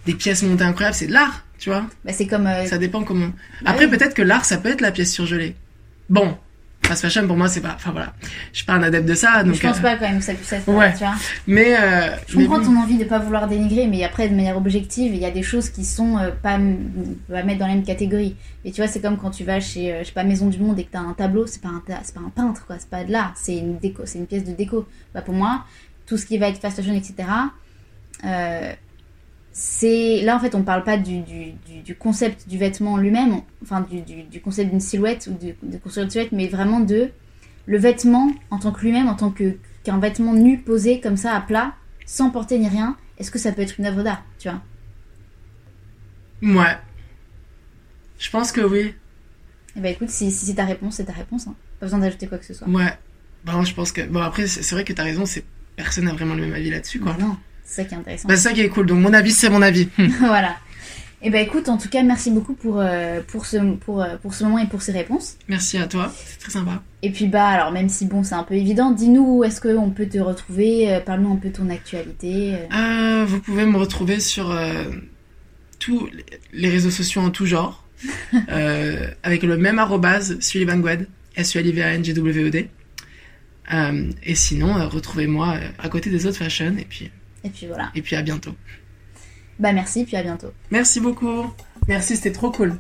des pièces montées incroyables, c'est de l'art, tu vois. Bah, c'est comme... Euh... Ça dépend comment... Après, oui. peut-être que l'art, ça peut être la pièce surgelée. Bon, fast fashion, pour moi, c'est pas... Enfin, voilà. Je suis pas un adepte de ça, donc... Je pense euh... pas, quand même, que ça puisse être... Ouais. Tu vois. Mais... Euh... Je comprends mais... ton envie de pas vouloir dénigrer, mais après, de manière objective, il y a des choses qui sont euh, pas... On va mettre dans la même catégorie. Et tu vois, c'est comme quand tu vas chez, euh, je sais pas, Maison du Monde et que t'as un tableau, c'est pas un, ta... c'est pas un peintre, quoi. C'est pas de l'art, c'est une déco, c'est une pièce de déco. Bah, pour moi, tout ce qui va être fast fashion, et cetera... Euh... C'est... Là, en fait, on parle pas du, du, du, du concept du vêtement lui-même, enfin, du, du, du concept d'une silhouette ou de, de construire une silhouette, mais vraiment de le vêtement en tant que lui-même, en tant que, qu'un vêtement nu posé comme ça à plat, sans porter ni rien. Est-ce que ça peut être une œuvre d'art, tu vois? Ouais. Je pense que oui. Eh ben écoute, si, si c'est ta réponse, c'est ta réponse. Hein. Pas besoin d'ajouter quoi que ce soit. Ouais. Bon, je pense que... Bon, après, c'est, c'est vrai que t'as raison, c'est... personne n'a vraiment le même avis là-dessus, quoi. Mais non. C'est ça qui est intéressant. Bah, c'est ça qui est cool. Donc, mon avis, c'est mon avis. Voilà. Et ben écoute, en tout cas, merci beaucoup pour, euh, pour, ce, pour, euh, pour ce moment et pour ces réponses. Merci à toi. C'est très sympa. Et puis, bah, alors, même si, bon, c'est un peu évident, dis-nous où est-ce qu'on peut te retrouver. Euh, parle-nous un peu de ton actualité. Euh... Euh, vous pouvez me retrouver sur euh, tous les réseaux sociaux en tout genre. euh, avec le même arrobase, Sullivan Gwed. S U L I V A N G W E D. Euh, et sinon, euh, retrouvez-moi euh, à côté des autres fashion. Et puis... Et puis voilà. Et puis à bientôt. Bah merci, puis à bientôt. Merci beaucoup. Merci, c'était trop cool.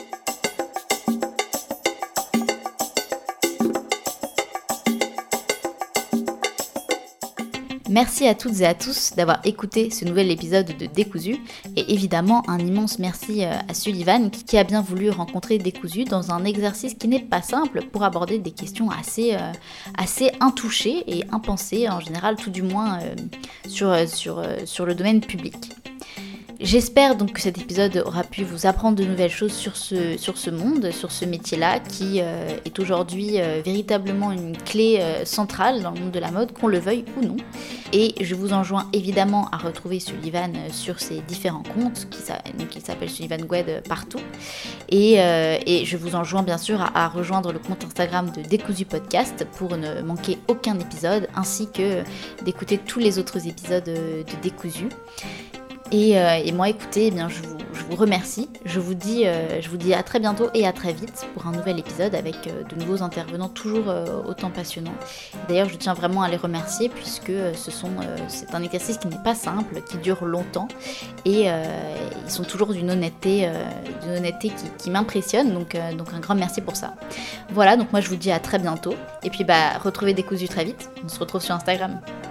Merci à toutes et à tous d'avoir écouté ce nouvel épisode de Décousu. Et évidemment, un immense merci à Sullivan qui a bien voulu rencontrer Décousu dans un exercice qui n'est pas simple pour aborder des questions assez, euh, assez intouchées et impensées, en général, tout du moins euh, sur, sur, sur le domaine public. J'espère donc que cet épisode aura pu vous apprendre de nouvelles choses sur ce, sur ce monde, sur ce métier-là, qui euh, est aujourd'hui euh, véritablement une clé euh, centrale dans le monde de la mode, qu'on le veuille ou non. Et je vous enjoins évidemment à retrouver Sullivan sur ses différents comptes, qui, donc, qui s'appelle Sullivan Gwed partout. Et, euh, et je vous enjoins bien sûr à, à rejoindre le compte Instagram de Décousu Podcast pour ne manquer aucun épisode, ainsi que d'écouter tous les autres épisodes de Décousu. Et, euh, et moi, écoutez, eh bien, je, vous, je vous remercie. Je vous, dis, euh, je vous dis à très bientôt et à très vite pour un nouvel épisode avec euh, de nouveaux intervenants toujours euh, autant passionnants. D'ailleurs, je tiens vraiment à les remercier puisque ce sont, euh, c'est un exercice qui n'est pas simple, qui dure longtemps et euh, ils sont toujours d'une honnêteté, euh, d'une honnêteté qui, qui m'impressionne. Donc, euh, donc un grand merci pour ça. Voilà, donc moi je vous dis à très bientôt. Et puis bah, retrouvez Décousu très vite. On se retrouve sur Instagram.